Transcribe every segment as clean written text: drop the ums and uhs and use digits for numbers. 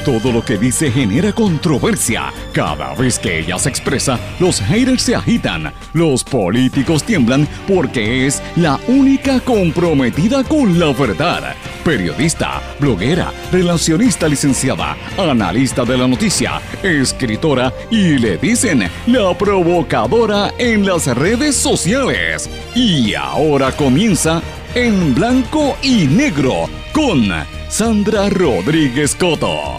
Todo lo que dice genera controversia. Cada vez que ella se expresa, los haters se agitan. Los políticos tiemblan porque es la única comprometida con la verdad. Periodista, bloguera, relacionista licenciada, analista de la noticia, escritora y le dicen la provocadora en las redes sociales. Y ahora comienza En Blanco y Negro con Sandra Rodríguez Coto.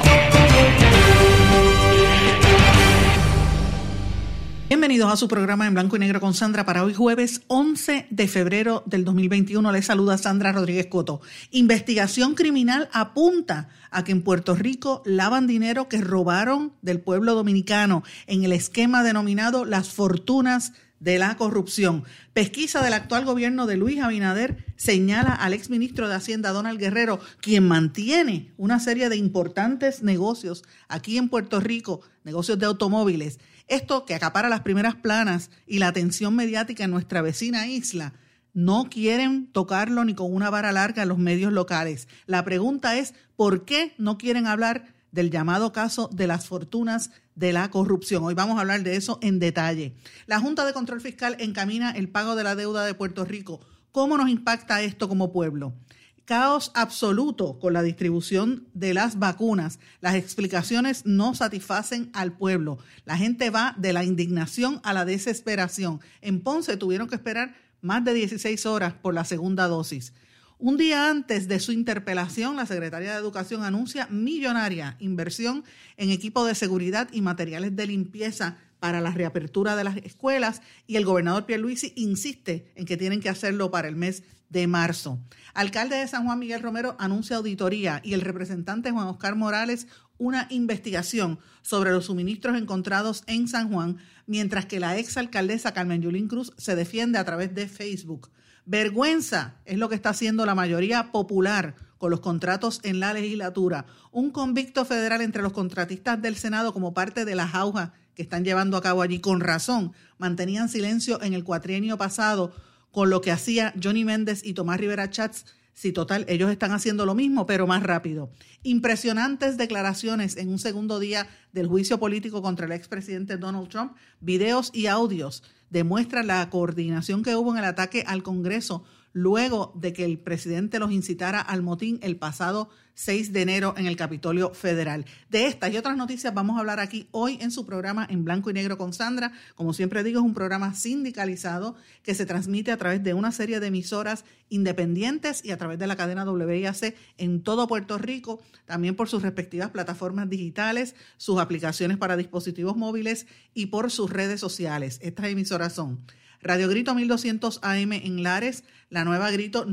Bienvenidos a su programa En Blanco y Negro con Sandra para hoy jueves 11 de febrero del 2021. Les saluda Sandra Rodríguez Coto. Investigación criminal apunta a que en Puerto Rico lavan dinero que robaron del pueblo dominicano en el esquema denominado las fortunas de la corrupción. Pesquisa del actual gobierno de Luis Abinader señala al exministro de Hacienda, Donald Guerrero, quien mantiene una serie de importantes negocios aquí en Puerto Rico, negocios de automóviles. Esto que acapara las primeras planas y la atención mediática en nuestra vecina isla, no quieren tocarlo ni con una vara larga en los medios locales. La pregunta es, ¿por qué no quieren hablar del llamado caso de las fortunas de la corrupción? Hoy vamos a hablar de eso en detalle. La Junta de Control Fiscal encamina el pago de la deuda de Puerto Rico. ¿Cómo nos impacta esto como pueblo? Caos absoluto con la distribución de las vacunas. Las explicaciones no satisfacen al pueblo. La gente va de la indignación a la desesperación. En Ponce tuvieron que esperar más de 16 horas por la segunda dosis. Un día antes de su interpelación, la secretaria de Educación anuncia millonaria inversión en equipo de seguridad y materiales de limpieza para la reapertura de las escuelas, y el gobernador Pierluisi insiste en que tienen que hacerlo para el mes de marzo. Alcalde de San Juan, Miguel Romero, anuncia auditoría, y el representante Juan Oscar Morales una investigación sobre los suministros encontrados en San Juan, mientras que la exalcaldesa Carmen Yulín Cruz se defiende a través de Facebook. Vergüenza es lo que está haciendo la mayoría popular con los contratos en la legislatura. Un convicto federal entre los contratistas del Senado como parte de la jauja que están llevando a cabo allí. Con razón, mantenían silencio en el cuatrienio pasado con lo que hacía Johnny Méndez y Tomás Rivera Chats. Sí, total, ellos están haciendo lo mismo, pero más rápido. Impresionantes declaraciones en un segundo día del juicio político contra el expresidente Donald Trump. Videos y audios demuestran la coordinación que hubo en el ataque al Congreso luego de que el presidente los incitara al motín el pasado 6 de enero en el Capitolio Federal. De estas y otras noticias vamos a hablar aquí hoy en su programa En Blanco y Negro con Sandra. Como siempre digo, es un programa sindicalizado que se transmite a través de una serie de emisoras independientes y a través de la cadena WIAC en todo Puerto Rico, también por sus respectivas plataformas digitales, sus aplicaciones para dispositivos móviles y por sus redes sociales. Estas emisoras son Radio Grito 1200 AM en Lares, La Nueva Grito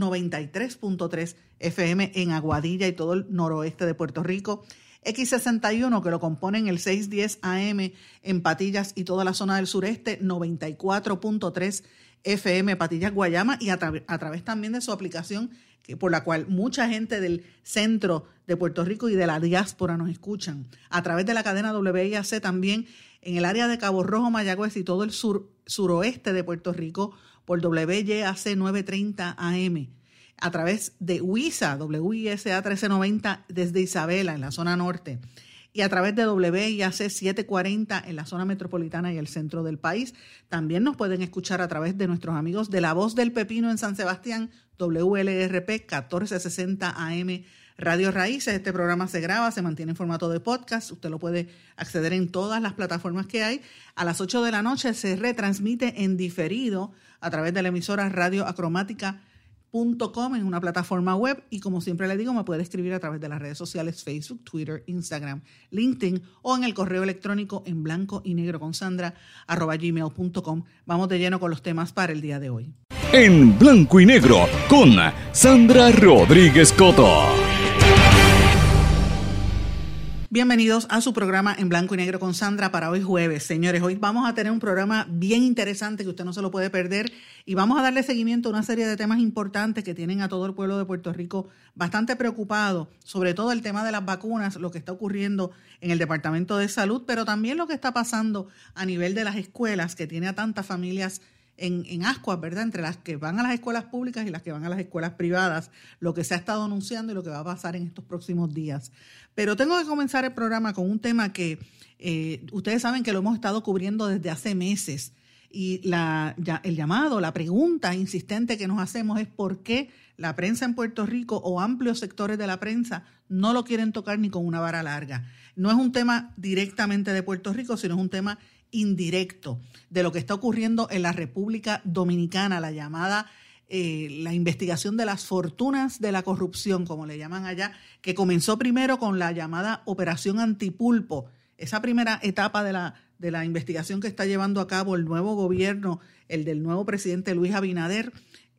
93.3 FM en Aguadilla y todo el noroeste de Puerto Rico, X61 que lo componen el 610 AM en Patillas y toda la zona del sureste, 94.3 FM Patillas Guayama, y a través también de su aplicación por la cual mucha gente del centro de Puerto Rico y de la diáspora nos escuchan. A través de la cadena WIAC también en el área de Cabo Rojo, Mayagüez y todo el suroeste de Puerto Rico por WYAC 930 AM. A través de WISA 1390 desde Isabela en la zona norte. Y a través de WIAC 740 en la zona metropolitana y el centro del país. También nos pueden escuchar a través de nuestros amigos de La Voz del Pepino en San Sebastián, WLRP 1460 AM Radio Raíces. Este programa se graba, se mantiene en formato de podcast. Usted lo puede acceder en todas las plataformas que hay. A las 8 de la noche se retransmite en diferido a través de la emisora radioacromática.com, en una plataforma web, y como siempre le digo, me puede escribir a través de las redes sociales Facebook, Twitter, Instagram, LinkedIn o en el correo electrónico en blanco y negro con Sandra@gmail.com. Vamos de lleno con los temas para el día de hoy. En Blanco y Negro con Sandra Rodríguez Coto. Bienvenidos a su programa En Blanco y Negro con Sandra para hoy jueves. Señores, hoy vamos a tener un programa bien interesante que usted no se lo puede perder, y vamos a darle seguimiento a una serie de temas importantes que tienen a todo el pueblo de Puerto Rico bastante preocupado, sobre todo el tema de las vacunas, lo que está ocurriendo en el Departamento de Salud, pero también lo que está pasando a nivel de las escuelas, que tiene a tantas familias en ascuas, ¿verdad?, entre las que van a las escuelas públicas y las que van a las escuelas privadas, lo que se ha estado anunciando y lo que va a pasar en estos próximos días. Pero tengo que comenzar el programa con un tema que ustedes saben que lo hemos estado cubriendo desde hace meses. Y el llamado, la pregunta insistente que nos hacemos es por qué la prensa en Puerto Rico o amplios sectores de la prensa no lo quieren tocar ni con una vara larga. No es un tema directamente de Puerto Rico, sino es un tema indirecto de lo que está ocurriendo en la República Dominicana, la llamada la investigación de las fortunas de la corrupción, como le llaman allá, que comenzó primero con la llamada Operación Antipulpo. Esa primera etapa de la investigación que está llevando a cabo el nuevo gobierno, el del nuevo presidente Luis Abinader,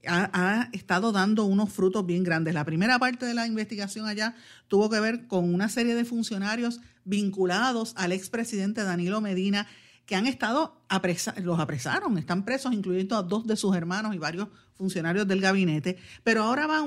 ha estado dando unos frutos bien grandes. La primera parte de la investigación allá tuvo que ver con una serie de funcionarios vinculados al expresidente Danilo Medina, que han estado los apresaron, están presos, incluyendo a 2 de sus hermanos y varios funcionarios del gabinete, pero ahora va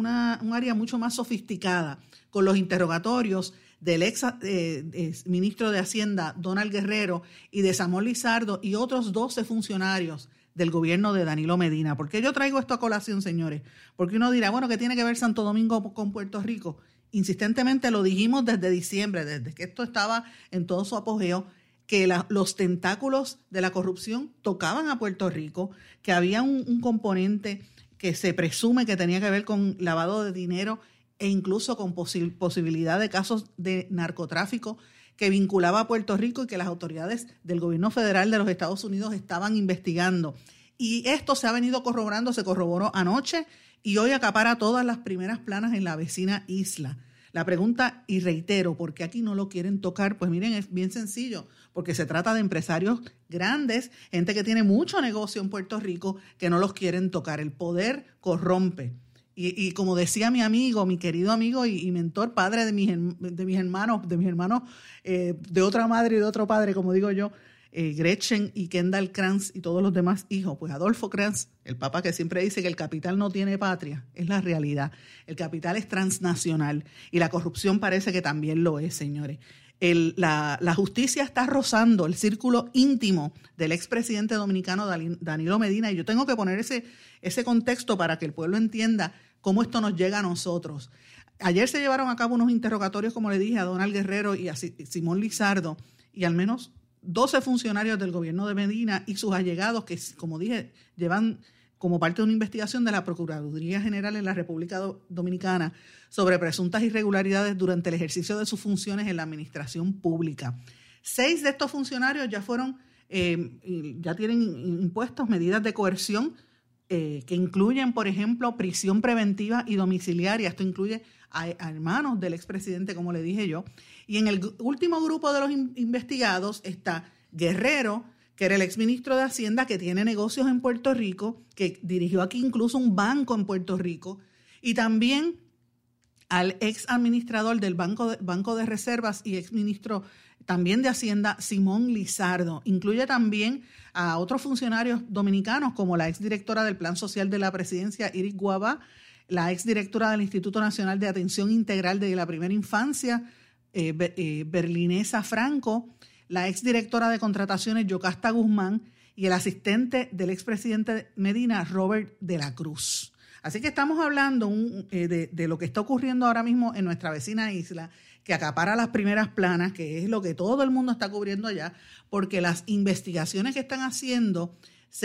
un área mucho más sofisticada, con los interrogatorios del ex ministro de Hacienda, Donald Guerrero, y de Simón Lizardo, y otros 12 funcionarios del gobierno de Danilo Medina. ¿Por qué yo traigo esto a colación, señores? Porque uno dirá, bueno, ¿qué tiene que ver Santo Domingo con Puerto Rico? Insistentemente lo dijimos desde diciembre, desde que esto estaba en todo su apogeo, que los tentáculos de la corrupción tocaban a Puerto Rico, que había un componente que se presume que tenía que ver con lavado de dinero e incluso con posibilidad de casos de narcotráfico que vinculaba a Puerto Rico y que las autoridades del gobierno federal de los Estados Unidos estaban investigando. Y esto se ha venido corroborando, se corroboró anoche y hoy acapara todas las primeras planas en la vecina isla. La pregunta, y reitero, ¿por qué aquí no lo quieren tocar? Pues miren, es bien sencillo, porque se trata de empresarios grandes, gente que tiene mucho negocio en Puerto Rico, que no los quieren tocar. El poder corrompe. Y como decía mi amigo, mi querido amigo y mentor, padre de mis hermanos, de otra madre y de otro padre, como digo yo, Gretchen y Kendall Kranz y todos los demás hijos, pues Adolfo Kranz, el papá que siempre dice que el capital no tiene patria, es la realidad. El capital es transnacional y la corrupción parece que también lo es, señores. La justicia está rozando el círculo íntimo del expresidente dominicano Danilo Medina, y yo tengo que poner ese contexto para que el pueblo entienda cómo esto nos llega a nosotros. Ayer se llevaron a cabo unos interrogatorios, como le dije, a Donald Guerrero y a Simón Lizardo, y al menos 12 funcionarios del gobierno de Medina y sus allegados, que, como dije, llevan como parte de una investigación de la Procuraduría General en la República Dominicana sobre presuntas irregularidades durante el ejercicio de sus funciones en la administración pública. 6 de estos funcionarios ya ya tienen impuestos medidas de coerción que incluyen, por ejemplo, prisión preventiva y domiciliaria. Esto incluye a hermanos del expresidente, como le dije yo. Y en el último grupo de los investigados está Guerrero, que era el exministro de Hacienda, que tiene negocios en Puerto Rico, que dirigió aquí incluso un banco en Puerto Rico, y también al ex administrador del Banco de Reservas y exministro también de Hacienda, Simón Lizardo. Incluye también a otros funcionarios dominicanos, como la exdirectora del Plan Social de la Presidencia, Iris Guabá, la exdirectora del Instituto Nacional de Atención Integral de la Primera Infancia, Berlinesa Franco, la exdirectora de Contrataciones, Yocasta Guzmán, y el asistente del expresidente Medina, Robert de la Cruz. Así que estamos hablando de lo que está ocurriendo ahora mismo en nuestra vecina isla, que acapara las primeras planas, que es lo que todo el mundo está cubriendo allá, porque las investigaciones que están haciendo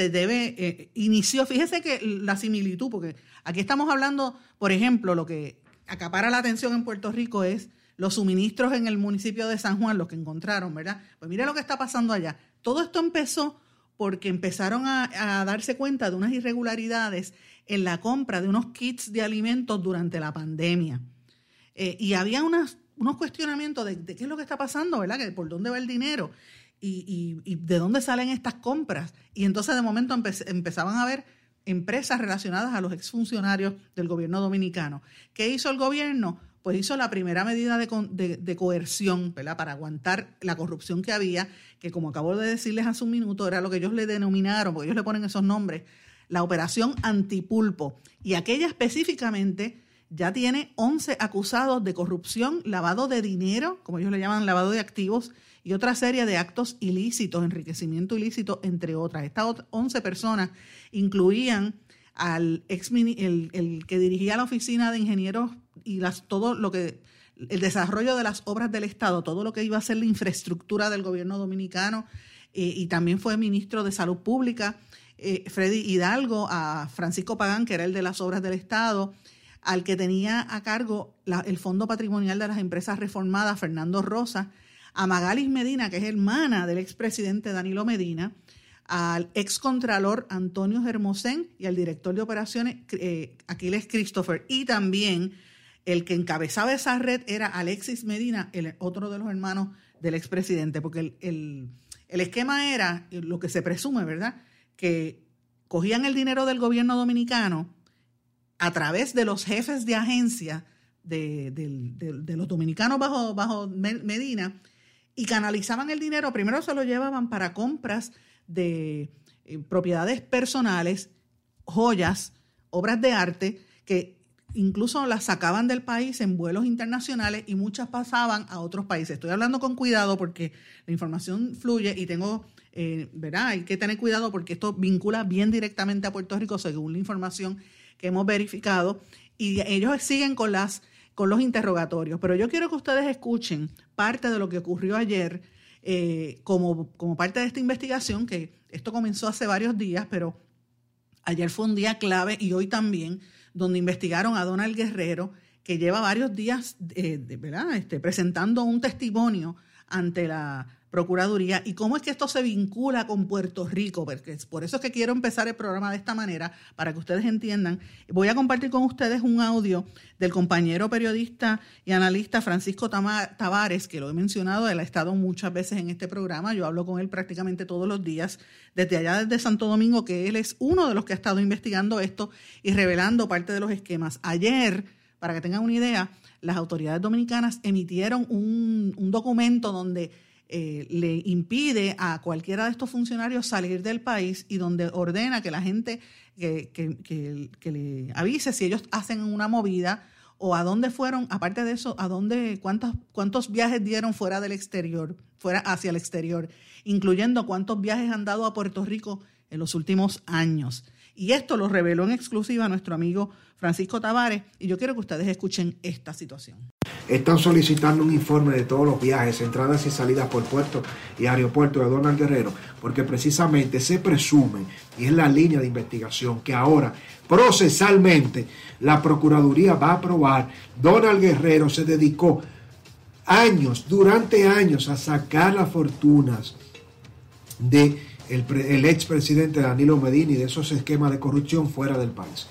inició, fíjese que la similitud, porque aquí estamos hablando, por ejemplo, lo que acapara la atención en Puerto Rico es los suministros en el municipio de San Juan, los que encontraron, ¿verdad? Pues mire lo que está pasando allá. Todo esto empezó porque empezaron a darse cuenta de unas irregularidades en la compra de unos kits de alimentos durante la pandemia. Y había unos cuestionamientos de qué es lo que está pasando, ¿verdad? Que por dónde va el dinero y de dónde salen estas compras. Y entonces de momento empezaban a haber empresas relacionadas a los exfuncionarios del gobierno dominicano. ¿Qué hizo el gobierno? Pues hizo la primera medida de coerción, ¿verdad?, para aguantar la corrupción que había, que como acabo de decirles hace un minuto, era lo que ellos le denominaron, porque ellos le ponen esos nombres, la Operación Antipulpo. Y aquella específicamente ya tiene 11 acusados de corrupción, lavado de dinero, como ellos le llaman lavado de activos, y otra serie de actos ilícitos, enriquecimiento ilícito, entre otras. Estas 11 personas incluían al el que dirigía la oficina de ingenieros y todo lo que el desarrollo de las obras del Estado, todo lo que iba a ser la infraestructura del gobierno dominicano, y también fue ministro de Salud Pública, Freddy Hidalgo, a Francisco Pagán, que era el de las obras del Estado, al que tenía a cargo el Fondo Patrimonial de las Empresas Reformadas, Fernando Rosa, a Magalis Medina, que es hermana del expresidente Danilo Medina, al excontralor Antonio Hermosén y al director de operaciones Aquiles Christopher. Y también el que encabezaba esa red era Alexis Medina, otro de los hermanos del expresidente, porque el esquema era lo que se presume, ¿verdad?, que cogían el dinero del gobierno dominicano a través de los jefes de agencia de los dominicanos bajo Medina, y canalizaban el dinero. Primero se lo llevaban para compras de propiedades personales, joyas, obras de arte, que incluso las sacaban del país en vuelos internacionales y muchas pasaban a otros países. Estoy hablando con cuidado porque la información fluye y ¿verdad? Hay que tener cuidado porque esto vincula bien directamente a Puerto Rico según la información que hemos verificado, y ellos siguen con los interrogatorios. Pero yo quiero que ustedes escuchen parte de lo que ocurrió ayer como parte de esta investigación, que esto comenzó hace varios días, pero ayer fue un día clave y hoy también, donde investigaron a Donald Guerrero, que lleva varios días ¿verdad? Presentando un testimonio ante la Procuraduría, y cómo es que esto se vincula con Puerto Rico, porque por eso es que quiero empezar el programa de esta manera, para que ustedes entiendan. Voy a compartir con ustedes un audio del compañero periodista y analista Francisco Tavares, que lo he mencionado, él ha estado muchas veces en este programa, yo hablo con él prácticamente todos los días, desde Santo Domingo, que él es uno de los que ha estado investigando esto y revelando parte de los esquemas. Ayer, para que tengan una idea, las autoridades dominicanas emitieron un documento donde le impide a cualquiera de estos funcionarios salir del país y donde ordena que la gente que le avise si ellos hacen una movida o a dónde fueron, aparte de eso, cuántos viajes dieron fuera hacia el exterior, incluyendo cuántos viajes han dado a Puerto Rico en los últimos años. Y esto lo reveló en exclusiva nuestro amigo Francisco Tavares, y yo quiero que ustedes escuchen esta situación. Están solicitando un informe de todos los viajes, entradas y salidas por puerto y aeropuerto de Donald Guerrero, porque precisamente se presume, y es la línea de investigación, que ahora procesalmente la Procuraduría va a probar. Donald Guerrero se dedicó durante años, a sacar las fortunas de el expresidente Danilo Medina y de esos esquemas de corrupción fuera del país,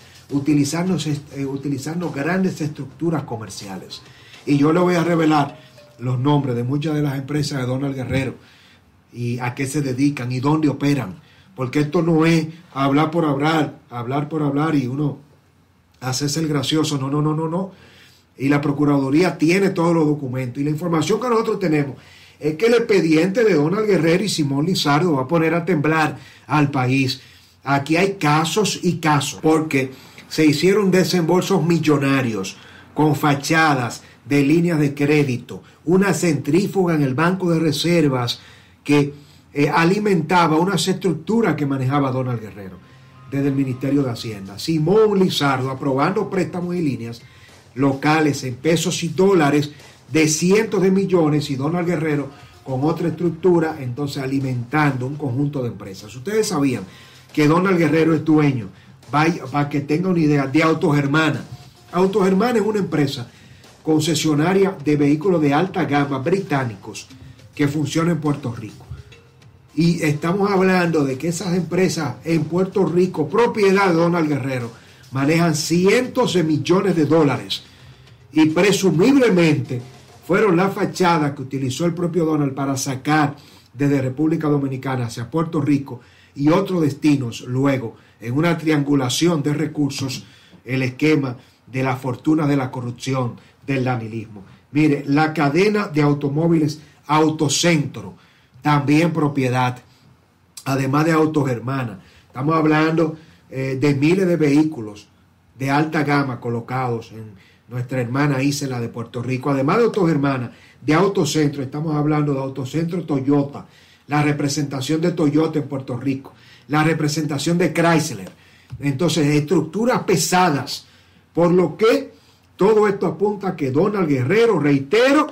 utilizando grandes estructuras comerciales. Y yo le voy a revelar los nombres de muchas de las empresas de Donald Guerrero y a qué se dedican y dónde operan, porque esto no es hablar por hablar y uno hacerse el gracioso, no. Y la Procuraduría tiene todos los documentos, y la información que nosotros tenemos es que el expediente de Donald Guerrero y Simón Lizardo va a poner a temblar al país. Aquí hay casos y casos, porque se hicieron desembolsos millonarios con fachadas de líneas de crédito, una centrífuga en el Banco de Reservas que alimentaba unas estructuras que manejaba Donald Guerrero desde el Ministerio de Hacienda. Simón Lizardo aprobando préstamos y líneas locales en pesos y dólares de cientos de millones, y Donald Guerrero con otra estructura, entonces alimentando un conjunto de empresas. Ustedes sabían que Donald Guerrero es dueño, para que tengan una idea, de Autogermana. Autogermana es una empresa concesionaria de vehículos de alta gama británicos que funciona en Puerto Rico. Y estamos hablando de que esas empresas en Puerto Rico, propiedad de Donald Guerrero, manejan cientos de millones de dólares, y presumiblemente fueron las fachadas que utilizó el propio Donald para sacar desde República Dominicana hacia Puerto Rico y otros destinos, luego en una triangulación de recursos, el esquema de la fortuna de la corrupción, del danilismo. Mire, la cadena de automóviles Autocentro, también propiedad, además de Autogermana. Estamos hablando de miles de vehículos de alta gama colocados en nuestra hermana isla de Puerto Rico, además de otras hermanas de Autocentro. Estamos hablando de Autocentro Toyota, la representación de Toyota en Puerto Rico, la representación de Chrysler. Entonces, estructuras pesadas, por lo que todo esto apunta a que Donald Guerrero, reitero,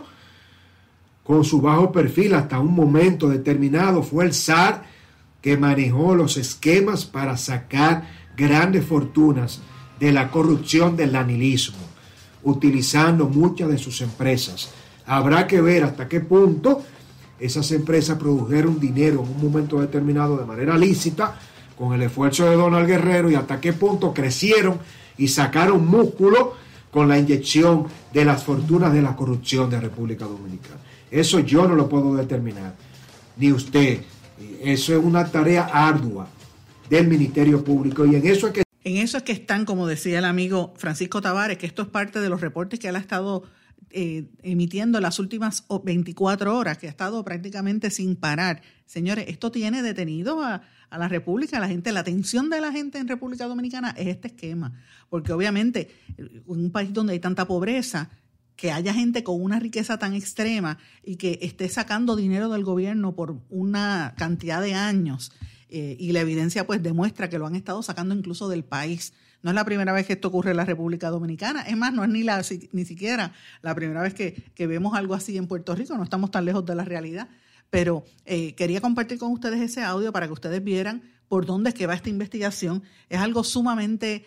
con su bajo perfil hasta un momento determinado, fue el zar que manejó los esquemas para sacar grandes fortunas de la corrupción del lanilismo, utilizando muchas de sus empresas. Habrá que ver hasta qué punto esas empresas produjeron dinero en un momento determinado de manera lícita, con el esfuerzo de Donald Guerrero, y hasta qué punto crecieron y sacaron músculo con la inyección de las fortunas de la corrupción de República Dominicana. Eso yo no lo puedo determinar, ni usted. Eso es una tarea ardua del Ministerio Público, y en eso es que están, como decía el amigo Francisco Tavares, que esto es parte de los reportes que él ha estado emitiendo las últimas 24 horas, que ha estado prácticamente sin parar. Señores, esto tiene detenido a la República, a la gente. La atención de la gente en República Dominicana es este esquema, porque obviamente en un país donde hay tanta pobreza, que haya gente con una riqueza tan extrema y que esté sacando dinero del gobierno por una cantidad de años, y la evidencia pues demuestra que lo han estado sacando incluso del país. No es la primera vez que esto ocurre en la República Dominicana. Es más, no es ni siquiera la primera vez que vemos algo así en Puerto Rico. No estamos tan lejos de la realidad. Pero quería compartir con ustedes ese audio para que ustedes vieran por dónde es que va esta investigación. Es algo sumamente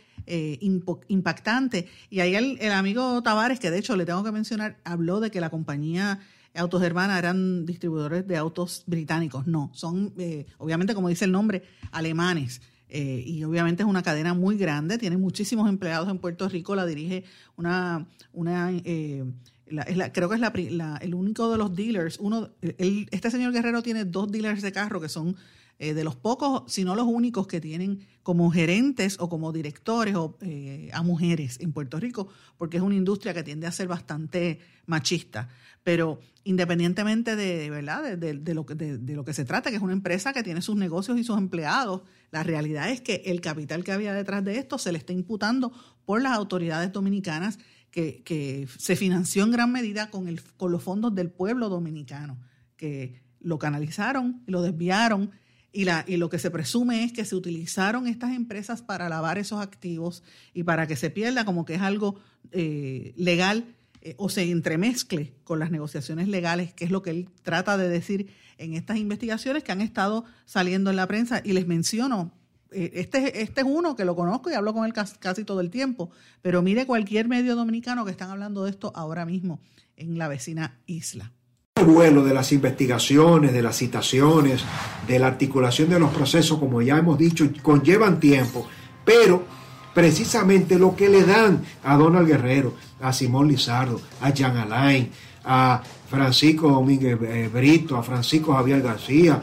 impactante. Y ahí el amigo Tavares, que de hecho le tengo que mencionar, habló de que la compañía Autos Hermanas eran distribuidores de autos británicos. No, son obviamente, como dice el nombre, alemanes. Y obviamente es una cadena muy grande, tiene muchísimos empleados en Puerto Rico, la dirige creo que es el único de los dealers. Este señor Guerrero tiene 2 dealers de carro que son de los pocos, si no los únicos, que tienen como gerentes o como directores a mujeres en Puerto Rico, porque es una industria que tiende a ser bastante machista. Pero independientemente de lo que se trata, que es una empresa que tiene sus negocios y sus empleados, la realidad es que el capital que había detrás de esto se le está imputando por las autoridades dominicanas, que se financió en gran medida con los fondos del pueblo dominicano, que lo canalizaron y lo desviaron, y lo que se presume es que se utilizaron estas empresas para lavar esos activos y para que se pierda como que es algo legal, o se entremezcle con las negociaciones legales, que es lo que él trata de decir en estas investigaciones que han estado saliendo en la prensa. Y les menciono, este es uno que lo conozco y hablo con él casi todo el tiempo, pero mire cualquier medio dominicano que están hablando de esto ahora mismo en la vecina isla. El vuelo de las investigaciones, de las citaciones, de la articulación de los procesos, como ya hemos dicho, conllevan tiempo, pero precisamente lo que le dan a Donald Guerrero, a Simón Lizardo, a Jean Alain, a Francisco Domínguez Brito, a Francisco Javier García,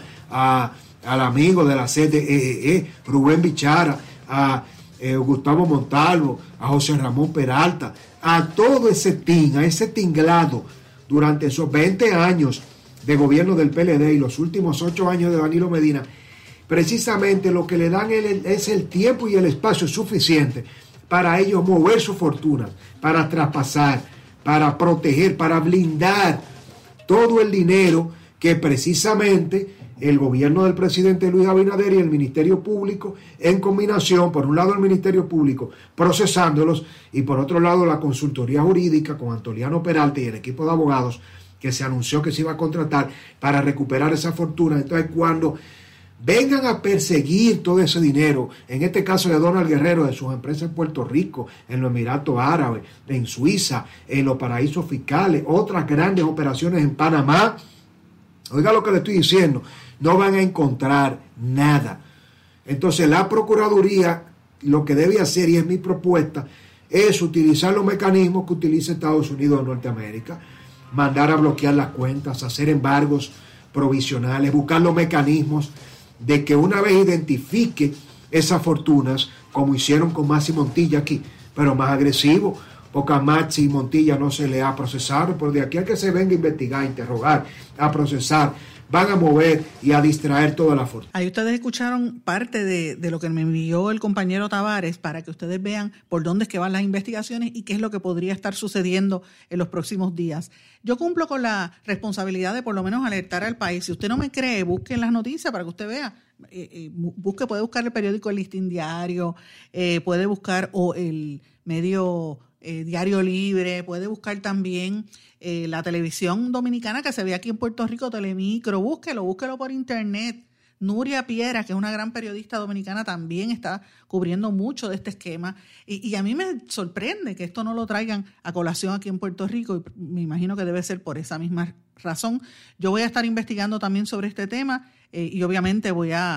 al amigo de la CDE, Rubén Bichara, a Gustavo Montalvo, a José Ramón Peralta, a todo ese team, a ese tinglado durante esos 20 años de gobierno del PLD y los últimos 8 años de Danilo Medina. Precisamente lo que le dan es el tiempo y el espacio suficiente para ellos mover su fortuna, para traspasar, para proteger, para blindar todo el dinero que precisamente el gobierno del presidente Luis Abinader y el Ministerio Público, en combinación, por un lado el Ministerio Público procesándolos y por otro lado la consultoría jurídica con Antoliano Peralta y el equipo de abogados que se anunció que se iba a contratar para recuperar esa fortuna. Entonces, cuando vengan a perseguir todo ese dinero, en este caso de Donald Guerrero, de sus empresas en Puerto Rico, en los Emiratos Árabes, en Suiza, en los paraísos fiscales, otras grandes operaciones en Panamá, oiga lo que le estoy diciendo, no van a encontrar nada. Entonces la Procuraduría lo que debe hacer, y es mi propuesta, es utilizar los mecanismos que utiliza Estados Unidos de Norteamérica, mandar a bloquear las cuentas, hacer embargos provisionales, buscar los mecanismos de que una vez identifique esas fortunas, como hicieron con Maxi Montilla aquí, pero más agresivo, porque a Maxi Montilla no se le ha procesado, pero de aquí a que se venga a investigar, a interrogar, a procesar, van a mover y a distraer toda la fortuna. Ahí ustedes escucharon parte de lo que me envió el compañero Tavares para que ustedes vean por dónde es que van las investigaciones y qué es lo que podría estar sucediendo en los próximos días. Yo cumplo con la responsabilidad de por lo menos alertar al país. Si usted no me cree, busque las noticias para que usted vea. Puede buscar el periódico El Listín Diario, puede buscar el medio Diario Libre, puede buscar también la televisión dominicana que se ve aquí en Puerto Rico, Telemicro, búsquelo por internet. Nuria Piera, que es una gran periodista dominicana, también está cubriendo mucho de este esquema y a mí me sorprende que esto no lo traigan a colación aquí en Puerto Rico y me imagino que debe ser por esa misma razón. Yo voy a estar investigando también sobre este tema y obviamente voy a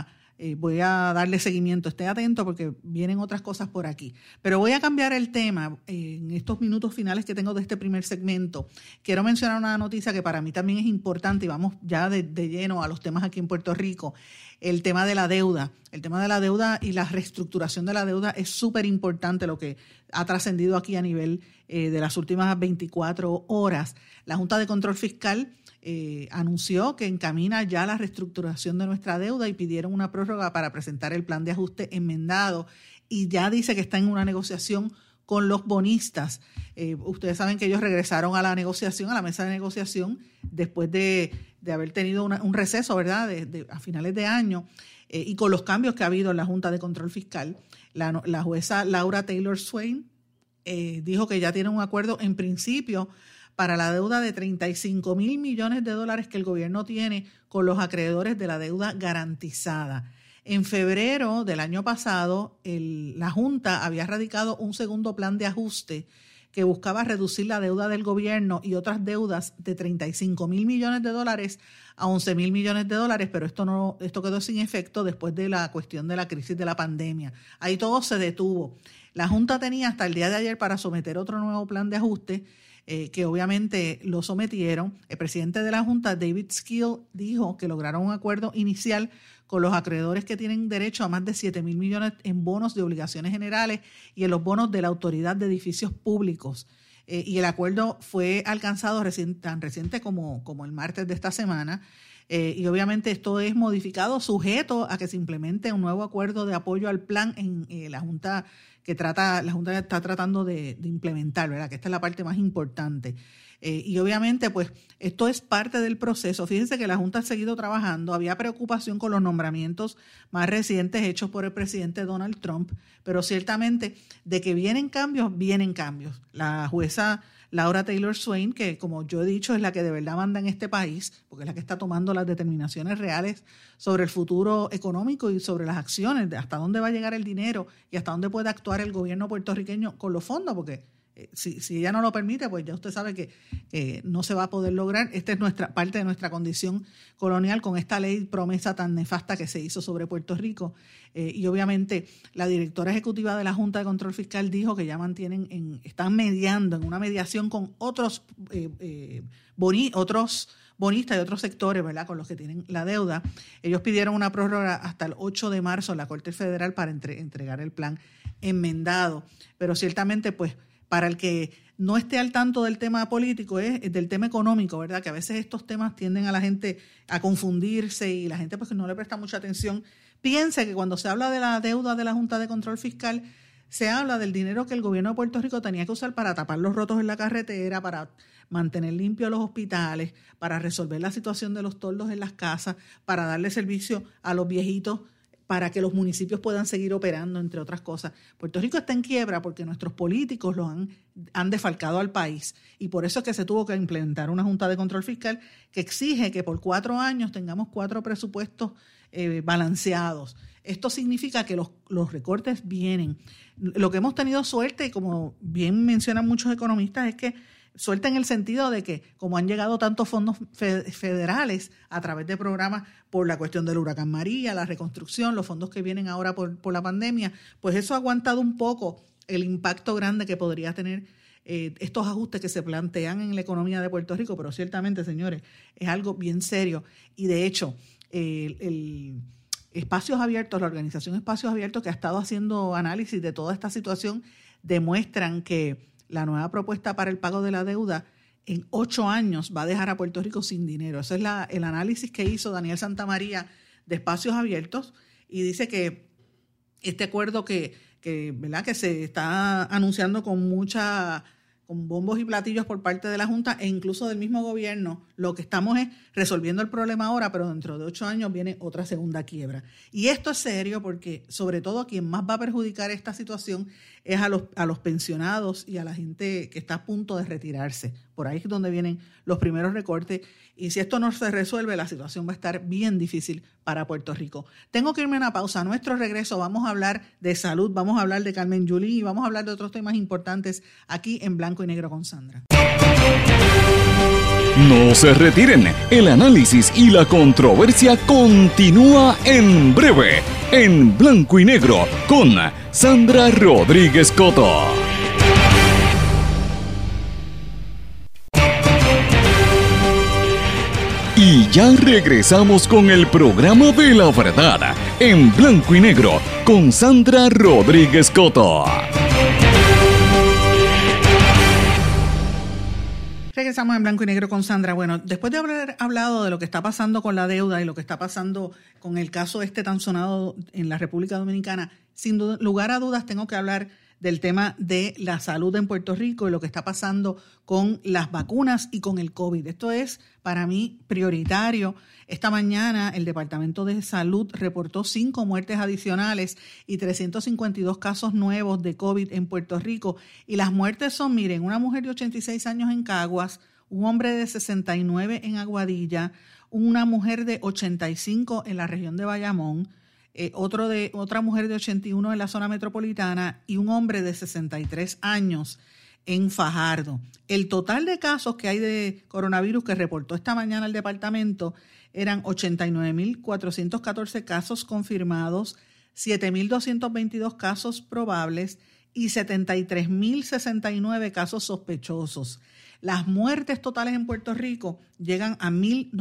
darle seguimiento. Esté atento porque vienen otras cosas por aquí. Pero voy a cambiar el tema en estos minutos finales que tengo de este primer segmento. Quiero mencionar una noticia que para mí también es importante y vamos ya de lleno a los temas aquí en Puerto Rico. El tema de la deuda. El tema de la deuda y la reestructuración de la deuda es súper importante, lo que ha trascendido aquí a nivel de las últimas 24 horas. La Junta de Control Fiscal anunció que encamina ya la reestructuración de nuestra deuda y pidieron una prórroga para presentar el plan de ajuste enmendado y ya dice que está en una negociación con los bonistas. Ustedes saben que ellos regresaron a la negociación, a la mesa de negociación, después de haber tenido un receso, ¿verdad?, a finales de año, y con los cambios que ha habido en la Junta de Control Fiscal. La jueza Laura Taylor Swain dijo que ya tiene un acuerdo en principio para la deuda de $35 mil millones que el gobierno tiene con los acreedores de la deuda garantizada. En febrero del año pasado, la Junta había radicado un segundo plan de ajuste que buscaba reducir la deuda del gobierno y otras deudas de $35 mil millones a $11 mil millones, pero esto quedó sin efecto después de la cuestión de la crisis de la pandemia. Ahí todo se detuvo. La Junta tenía hasta el día de ayer para someter otro nuevo plan de ajuste, que obviamente lo sometieron. El presidente de la Junta, David Skill, dijo que lograron un acuerdo inicial con los acreedores que tienen derecho a más de $7 mil millones en bonos de obligaciones generales y en los bonos de la Autoridad de Edificios Públicos. Y el acuerdo fue alcanzado tan reciente como el martes de esta semana. Y obviamente esto es modificado sujeto a que se implemente un nuevo acuerdo de apoyo al plan en la Junta la Junta está tratando de implementar, ¿verdad? Que esta es la parte más importante. Y obviamente, pues, esto es parte del proceso. Fíjense que la Junta ha seguido trabajando. Había preocupación con los nombramientos más recientes hechos por el presidente Donald Trump, pero ciertamente de que vienen cambios, vienen cambios. La jueza Laura Taylor Swain, que como yo he dicho es la que de verdad manda en este país, porque es la que está tomando las determinaciones reales sobre el futuro económico y sobre las acciones, de hasta dónde va a llegar el dinero y hasta dónde puede actuar el gobierno puertorriqueño con los fondos, porque si ella no lo permite, pues ya usted sabe que no se va a poder lograr. Esta es parte de nuestra condición colonial con esta ley promesa tan nefasta que se hizo sobre Puerto Rico. Y obviamente la directora ejecutiva de la Junta de Control Fiscal dijo que ya están mediando en una mediación con otros bonistas y otros sectores, ¿verdad?, con los que tienen la deuda. Ellos pidieron una prórroga hasta el 8 de marzo en la Corte Federal para entregar el plan enmendado. Pero ciertamente, pues, para el que no esté al tanto del tema político, es del tema económico, ¿verdad? Que a veces estos temas tienden a la gente a confundirse y la gente pues no le presta mucha atención. Piense que cuando se habla de la deuda de la Junta de Control Fiscal, se habla del dinero que el gobierno de Puerto Rico tenía que usar para tapar los rotos en la carretera, para mantener limpios los hospitales, para resolver la situación de los toldos en las casas, para darle servicio a los viejitos, para que los municipios puedan seguir operando, entre otras cosas. Puerto Rico está en quiebra porque nuestros políticos han defalcado al país y por eso es que se tuvo que implementar una Junta de Control Fiscal que exige que por 4 años tengamos 4 presupuestos balanceados. Esto significa que los recortes vienen. Lo que hemos tenido suerte, y como bien mencionan muchos economistas, es que suerte en el sentido de que como han llegado tantos fondos federales a través de programas por la cuestión del huracán María, la reconstrucción, los fondos que vienen ahora por la pandemia, pues eso ha aguantado un poco el impacto grande que podría tener estos ajustes que se plantean en la economía de Puerto Rico. Pero ciertamente, señores, es algo bien serio. Y de hecho, el Espacios Abiertos, la organización Espacios Abiertos, que ha estado haciendo análisis de toda esta situación, demuestran que la nueva propuesta para el pago de la deuda en 8 años va a dejar a Puerto Rico sin dinero. Ese es el análisis que hizo Daniel Santamaría de Espacios Abiertos, y dice que este acuerdo ¿verdad?, que se está anunciando con bombos y platillos por parte de la Junta e incluso del mismo gobierno, lo que estamos es resolviendo el problema ahora, pero dentro de 8 años viene otra segunda quiebra. Y esto es serio porque sobre todo a quien más va a perjudicar esta situación es a los pensionados y a la gente que está a punto de retirarse. Por ahí es donde vienen los primeros recortes, y si esto no se resuelve, la situación va a estar bien difícil para Puerto Rico. Tengo que irme a una pausa. A nuestro regreso vamos a hablar de salud, vamos a hablar de Carmen Yulín y vamos a hablar de otros temas importantes aquí en Blanco y Negro con Sandra. No se retiren, el análisis y la controversia continúa en breve, en Blanco y Negro con Sandra Rodríguez Coto. Y ya regresamos con el programa de la verdad, en Blanco y Negro con Sandra Rodríguez Coto. Regresamos en Blanco y Negro con Sandra. Bueno, después de haber hablado de lo que está pasando con la deuda y lo que está pasando con el caso tan sonado en la República Dominicana, sin lugar a dudas tengo que hablar del tema de la salud en Puerto Rico y lo que está pasando con las vacunas y con el COVID. Esto es para mí prioritario. Esta mañana el Departamento de Salud reportó 5 muertes adicionales y 352 casos nuevos de COVID en Puerto Rico. Y las muertes son, miren, una mujer de 86 años en Caguas, un hombre de 69 en Aguadilla, una mujer de 85 en la región de Bayamón, otra mujer de 81 en la zona metropolitana y un hombre de 63 años en Fajardo. El total de casos que hay de coronavirus que reportó esta mañana el departamento eran 89.414 casos confirmados, 7.222 casos probables y 73.069 casos sospechosos. Las muertes totales en Puerto Rico llegan a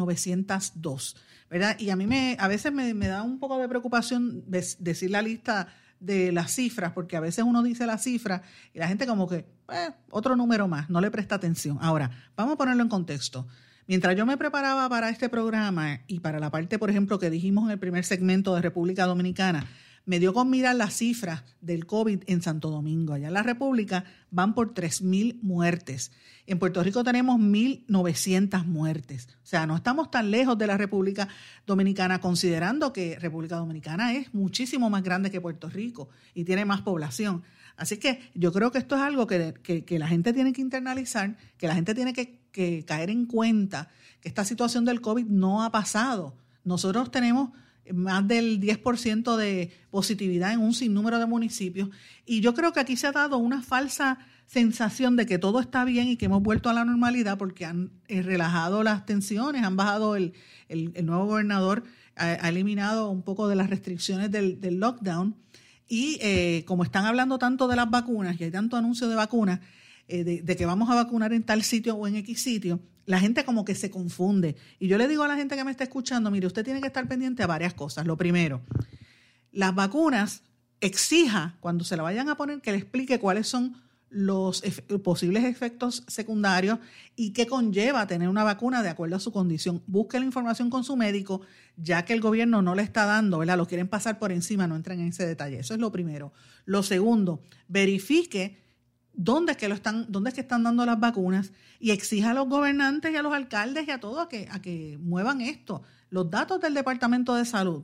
1.902. ¿Verdad? Y a mí a veces me da un poco de preocupación decir la lista de las cifras, porque a veces uno dice la cifra y la gente como que, otro número más, no le presta atención. Ahora, vamos a ponerlo en contexto. Mientras yo me preparaba para este programa y para la parte, por ejemplo, que dijimos en el primer segmento de República Dominicana, me dio con mirar las cifras del COVID en Santo Domingo. Allá en la República van por 3.000 muertes. En Puerto Rico tenemos 1.900 muertes. O sea, no estamos tan lejos de la República Dominicana, considerando que República Dominicana es muchísimo más grande que Puerto Rico y tiene más población. Así que yo creo que esto es algo que la gente tiene que internalizar, que la gente tiene que caer en cuenta que esta situación del COVID no ha pasado. Nosotros tenemos más del 10% de positividad en un sinnúmero de municipios. Y yo creo que aquí se ha dado una falsa sensación de que todo está bien y que hemos vuelto a la normalidad porque han relajado las tensiones, han bajado el nuevo gobernador, ha eliminado un poco de las restricciones del lockdown. Y como están hablando tanto de las vacunas y hay tanto anuncio de vacunas, de que vamos a vacunar en tal sitio o en X sitio, la gente como que se confunde. Y yo le digo a la gente que me está escuchando, mire, usted tiene que estar pendiente a varias cosas. Lo primero, las vacunas, exija cuando se la vayan a poner que le explique cuáles son los posibles efectos secundarios y qué conlleva tener una vacuna de acuerdo a su condición. Busque la información con su médico, ya que el gobierno no le está dando, ¿verdad? Lo quieren pasar por encima, no entren en ese detalle. Eso es lo primero. Lo segundo, verifique dónde es que están dando las vacunas y exija a los gobernantes y a los alcaldes y a todos a que muevan esto. Los datos del Departamento de Salud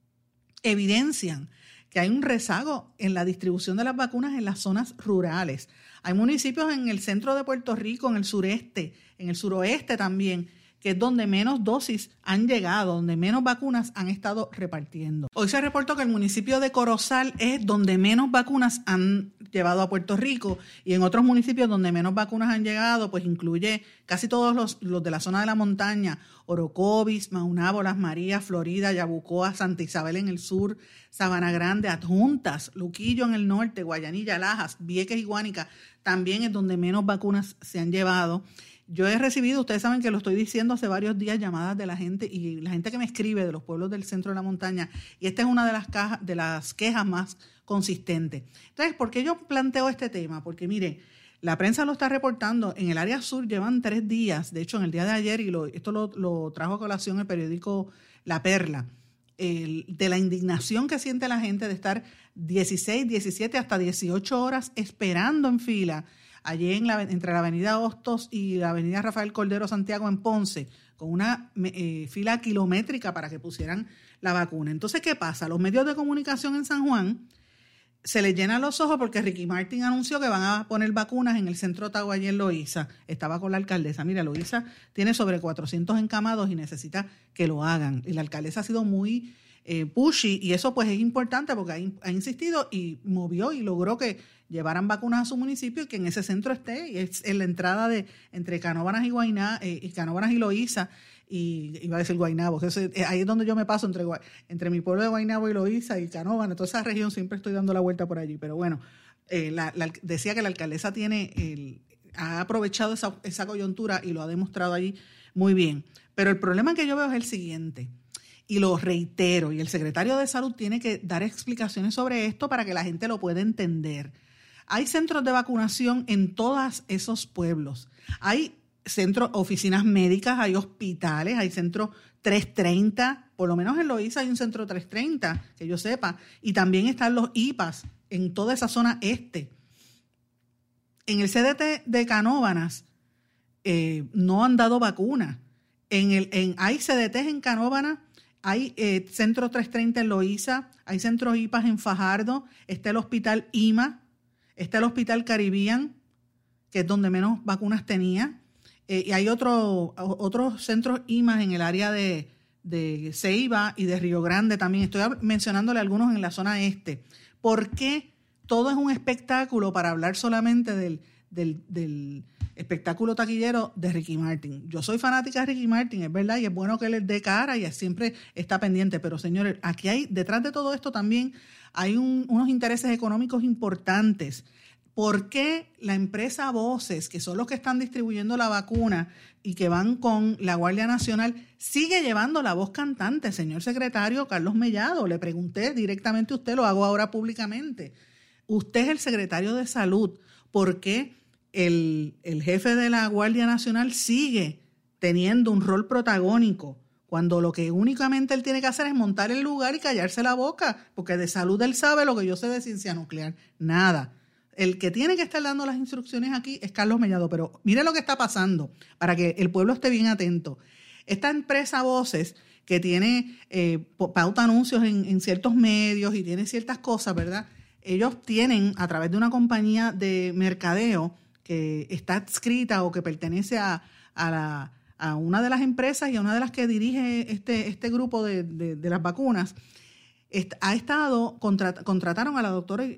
evidencian que hay un rezago en la distribución de las vacunas en las zonas rurales. Hay municipios en el centro de Puerto Rico, en el sureste, en el suroeste también, que es donde menos dosis han llegado, donde menos vacunas han estado repartiendo. Hoy se reportó que el municipio de Corozal es donde menos vacunas han llevado a Puerto Rico, y en otros municipios donde menos vacunas han llegado, pues incluye casi todos los de la zona de la montaña: Orocovis, Maunabo, Las Marías, Florida, Yabucoa, Santa Isabel en el sur, Sabana Grande, Adjuntas, Luquillo en el norte, Guayanilla, Lajas, Vieques y Guánica, también es donde menos vacunas se han llevado. Yo he recibido, ustedes saben que lo estoy diciendo hace varios días, llamadas de la gente y la gente que me escribe de los pueblos del centro de la montaña, y esta es una de las quejas más consistentes. Entonces, ¿por qué yo planteo este tema? Porque mire, La prensa lo está reportando. En el área sur llevan 3 días, de hecho en el día de ayer, y esto lo trajo a colación el periódico La Perla, de la indignación que siente la gente de estar 16, 17 hasta 18 horas esperando en fila allí entre la avenida Hostos y la avenida Rafael Cordero Santiago en Ponce, con una fila kilométrica para que pusieran la vacuna. Entonces, ¿qué pasa? Los medios de comunicación en San Juan se les llenan los ojos porque Ricky Martin anunció que van a poner vacunas en el centro Ottawa y en Loíza. Estaba con la alcaldesa. Mira, Loíza tiene sobre 400 encamados y necesita que lo hagan. Y la alcaldesa ha sido muy pushy, y eso pues es importante porque ha insistido y movió y logró que llevaran vacunas a su municipio y que en ese centro esté, y es en la entrada de entre Canóvanas y Canóvanas y Loíza, y iba a decir Guaynabo, ahí es donde yo me paso entre mi pueblo de Guaynabo y Loíza y Canóvanas, toda esa región siempre estoy dando la vuelta por allí, pero bueno, decía que la alcaldesa ha aprovechado esa coyuntura y lo ha demostrado allí muy bien, pero el problema que yo veo es el siguiente. Y lo reitero, y el secretario de Salud tiene que dar explicaciones sobre esto para que la gente lo pueda entender. Hay centros de vacunación en todos esos pueblos. Hay centros, oficinas médicas, hay hospitales, hay centros 330, por lo menos en Loíza hay un centro 330, que yo sepa, y también están los IPAs en toda esa zona este. En el CDT de Canóvanas no han dado vacuna. Hay CDTs en Canóvanas. Hay centro 330 en Loíza, hay centros IPAS en Fajardo, está el hospital IMA, está el hospital Caribbean, que es donde menos vacunas tenía, y hay otros centros IMAS en el área de Ceiba y de Río Grande también. Estoy mencionándole algunos en la zona este. ¿Por qué todo es un espectáculo para hablar solamente del espectáculo taquillero de Ricky Martin? Yo soy fanática de Ricky Martin, es verdad, y es bueno que él dé cara y siempre está pendiente, pero señores, aquí detrás de todo esto también hay unos intereses económicos importantes. ¿Por qué la empresa Voces, que son los que están distribuyendo la vacuna y que van con la Guardia Nacional, sigue llevando la voz cantante? Señor secretario Carlos Mellado, le pregunté directamente a usted, lo hago ahora públicamente. Usted es el secretario de Salud, ¿por qué el jefe de la Guardia Nacional sigue teniendo un rol protagónico cuando lo que únicamente él tiene que hacer es montar el lugar y callarse la boca? Porque de salud él sabe lo que yo sé de ciencia nuclear, nada. El que tiene que estar dando las instrucciones aquí es Carlos Mellado, pero mire lo que está pasando para que el pueblo esté bien atento. Esta empresa Voces, que tiene pauta anuncios en ciertos medios y tiene ciertas cosas, ¿verdad? Ellos tienen, a través de una compañía de mercadeo que está adscrita o que pertenece a una de las empresas y a una de las que dirige este grupo de las vacunas, contrataron a la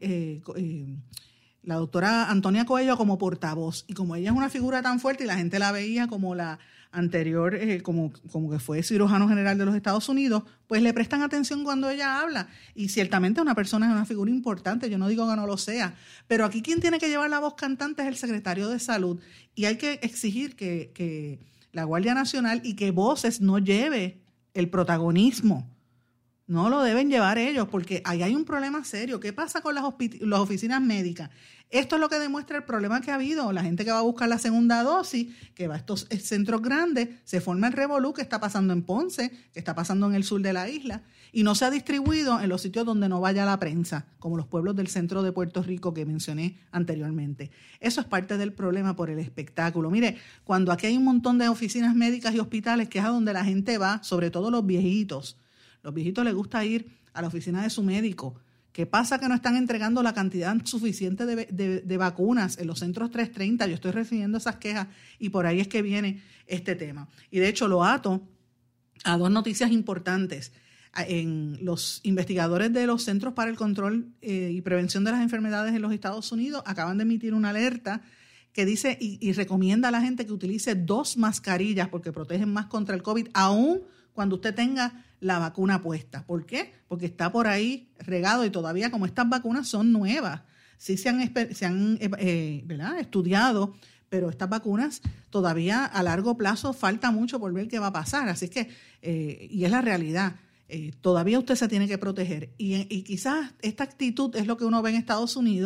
doctora Antonia Coello como portavoz, y como ella es una figura tan fuerte y la gente la veía como la anterior, como que fue cirujano general de los Estados Unidos, pues le prestan atención cuando ella habla, y ciertamente una persona es una figura importante, yo no digo que no lo sea, pero aquí quien tiene que llevar la voz cantante es el secretario de Salud, y hay que exigir que la Guardia Nacional y que Voces no lleve el protagonismo. No lo deben llevar ellos, porque ahí hay un problema serio. ¿Qué pasa con las oficinas médicas? Esto es lo que demuestra el problema que ha habido. La gente que va a buscar la segunda dosis, que va a estos centros grandes, se forma el revolú que está pasando en Ponce, que está pasando en el sur de la isla, y no se ha distribuido en los sitios donde no vaya la prensa, como los pueblos del centro de Puerto Rico que mencioné anteriormente. Eso es parte del problema por el espectáculo. Mire, cuando aquí hay un montón de oficinas médicas y hospitales, que es a donde la gente va, sobre todo los viejitos, les gusta ir a la oficina de su médico. ¿Qué pasa? Que no están entregando la cantidad suficiente de vacunas en los centros 330. Yo estoy recibiendo esas quejas y por ahí es que viene este tema. Y de hecho lo ato a dos noticias importantes. Los investigadores de los Centros para el Control y Prevención de las Enfermedades en los Estados Unidos acaban de emitir una alerta que dice y recomienda a la gente que utilice 2 mascarillas porque protegen más contra el COVID, aún cuando usted tenga la vacuna puesta. ¿Por qué? Porque está por ahí regado y todavía, como estas vacunas son nuevas, sí se han estudiado, pero estas vacunas todavía a largo plazo falta mucho por ver qué va a pasar. Así que, y es la realidad, todavía usted se tiene que proteger. Y quizás esta actitud es lo que uno ve en Estados Unidos,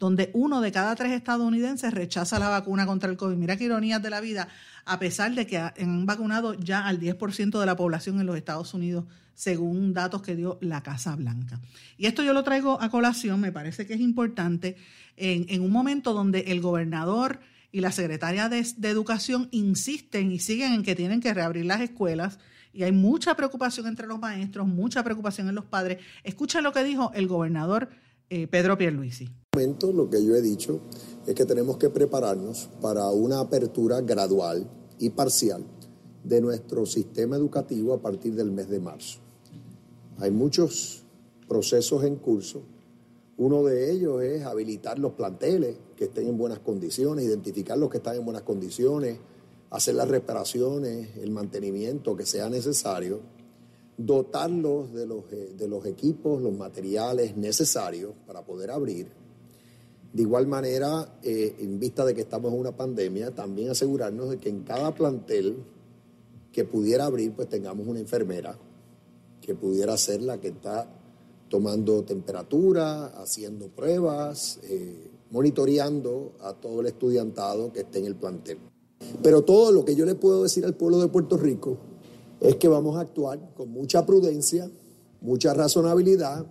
donde 1 de cada 3 estadounidenses rechaza la vacuna contra el COVID. Mira qué ironías de la vida, a pesar de que han vacunado ya al 10% de la población en los Estados Unidos, según datos que dio la Casa Blanca. Y esto yo lo traigo a colación, me parece que es importante, en un momento donde el gobernador y la secretaria de Educación insisten y siguen en que tienen que reabrir las escuelas, y hay mucha preocupación entre los maestros, mucha preocupación en los padres. Escuchen lo que dijo el gobernador Pedro Pierluisi. Lo que yo he dicho es que tenemos que prepararnos para una apertura gradual y parcial de nuestro sistema educativo a partir del mes de marzo. Hay muchos procesos en curso. Uno de ellos es habilitar los planteles que estén en buenas condiciones, identificar los que están en buenas condiciones, hacer las reparaciones, el mantenimiento que sea necesario, dotarlos de los equipos, los materiales necesarios para poder abrir. De igual manera, en vista de que estamos en una pandemia, también asegurarnos de que en cada plantel que pudiera abrir, pues tengamos una enfermera que pudiera ser la que está tomando temperatura, haciendo pruebas, monitoreando a todo el estudiantado que esté en el plantel. Pero todo lo que yo le puedo decir al pueblo de Puerto Rico es que vamos a actuar con mucha prudencia, mucha razonabilidad.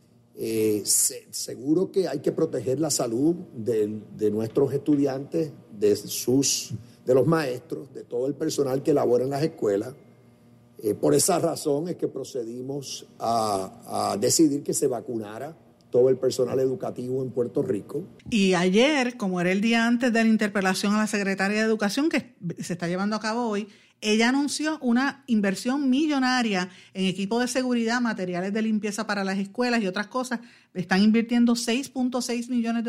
Seguro que hay que proteger la salud de nuestros estudiantes, de los maestros, de todo el personal que labora en las escuelas. Por esa razón es que procedimos a decidir que se vacunara todo el personal educativo en Puerto Rico. Y ayer, como era el día antes de la interpelación a la secretaria de Educación, que se está llevando a cabo hoy, ella anunció una inversión millonaria en equipo de seguridad, materiales de limpieza para las escuelas y otras cosas. Están invirtiendo $6.6 millones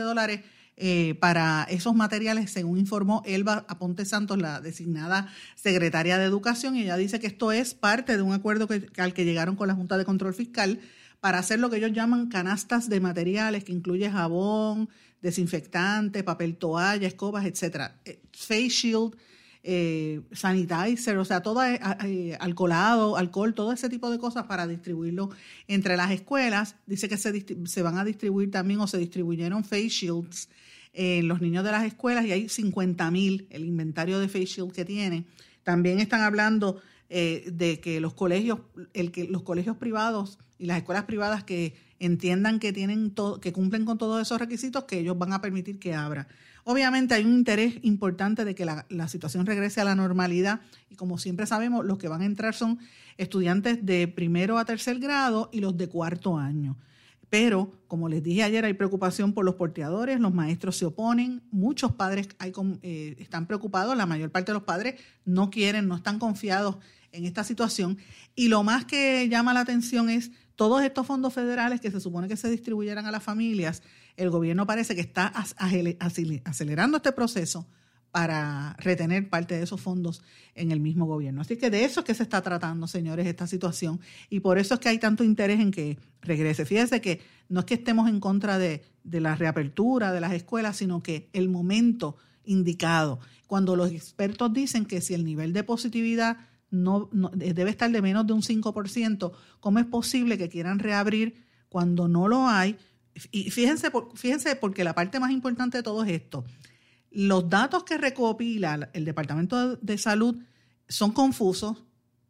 para esos materiales, según informó Elba Aponte Santos, la designada secretaria de Educación. Y ella dice que esto es parte de un acuerdo al que llegaron con la Junta de Control Fiscal para hacer lo que ellos llaman canastas de materiales, que incluye jabón, desinfectante, papel toalla, escobas, etcétera, face shield, sanitizer, o sea, todo alcohol, todo ese tipo de cosas para distribuirlo entre las escuelas. Dice que se van a distribuir también, o se distribuyeron face shields en los niños de las escuelas, y hay 50,000 el inventario de face shield que tienen. También están hablando de que los colegios privados y las escuelas privadas que entiendan que que cumplen con todos esos requisitos, que ellos van a permitir que abra. Obviamente hay un interés importante de que la situación regrese a la normalidad, y como siempre sabemos, los que van a entrar son estudiantes de 1º a 3er grado y los de 4º año. Pero, como les dije ayer, hay preocupación por los porteadores, los maestros se oponen, muchos padres están preocupados, la mayor parte de los padres no están confiados en esta situación, y lo más que llama la atención es todos estos fondos federales que se supone que se distribuyeran a las familias. El gobierno parece que está acelerando este proceso para retener parte de esos fondos en el mismo gobierno. Así que de eso es que se está tratando, señores, esta situación, y por eso es que hay tanto interés en que regrese. Fíjense que no es que estemos en contra de la reapertura de las escuelas, sino que el momento indicado, cuando los expertos dicen que si el nivel de positividad no debe estar de menos de un 5%, ¿cómo es posible que quieran reabrir cuando no lo hay? Y fíjense porque la parte más importante de todo es esto. Los datos que recopila el Departamento de Salud son confusos,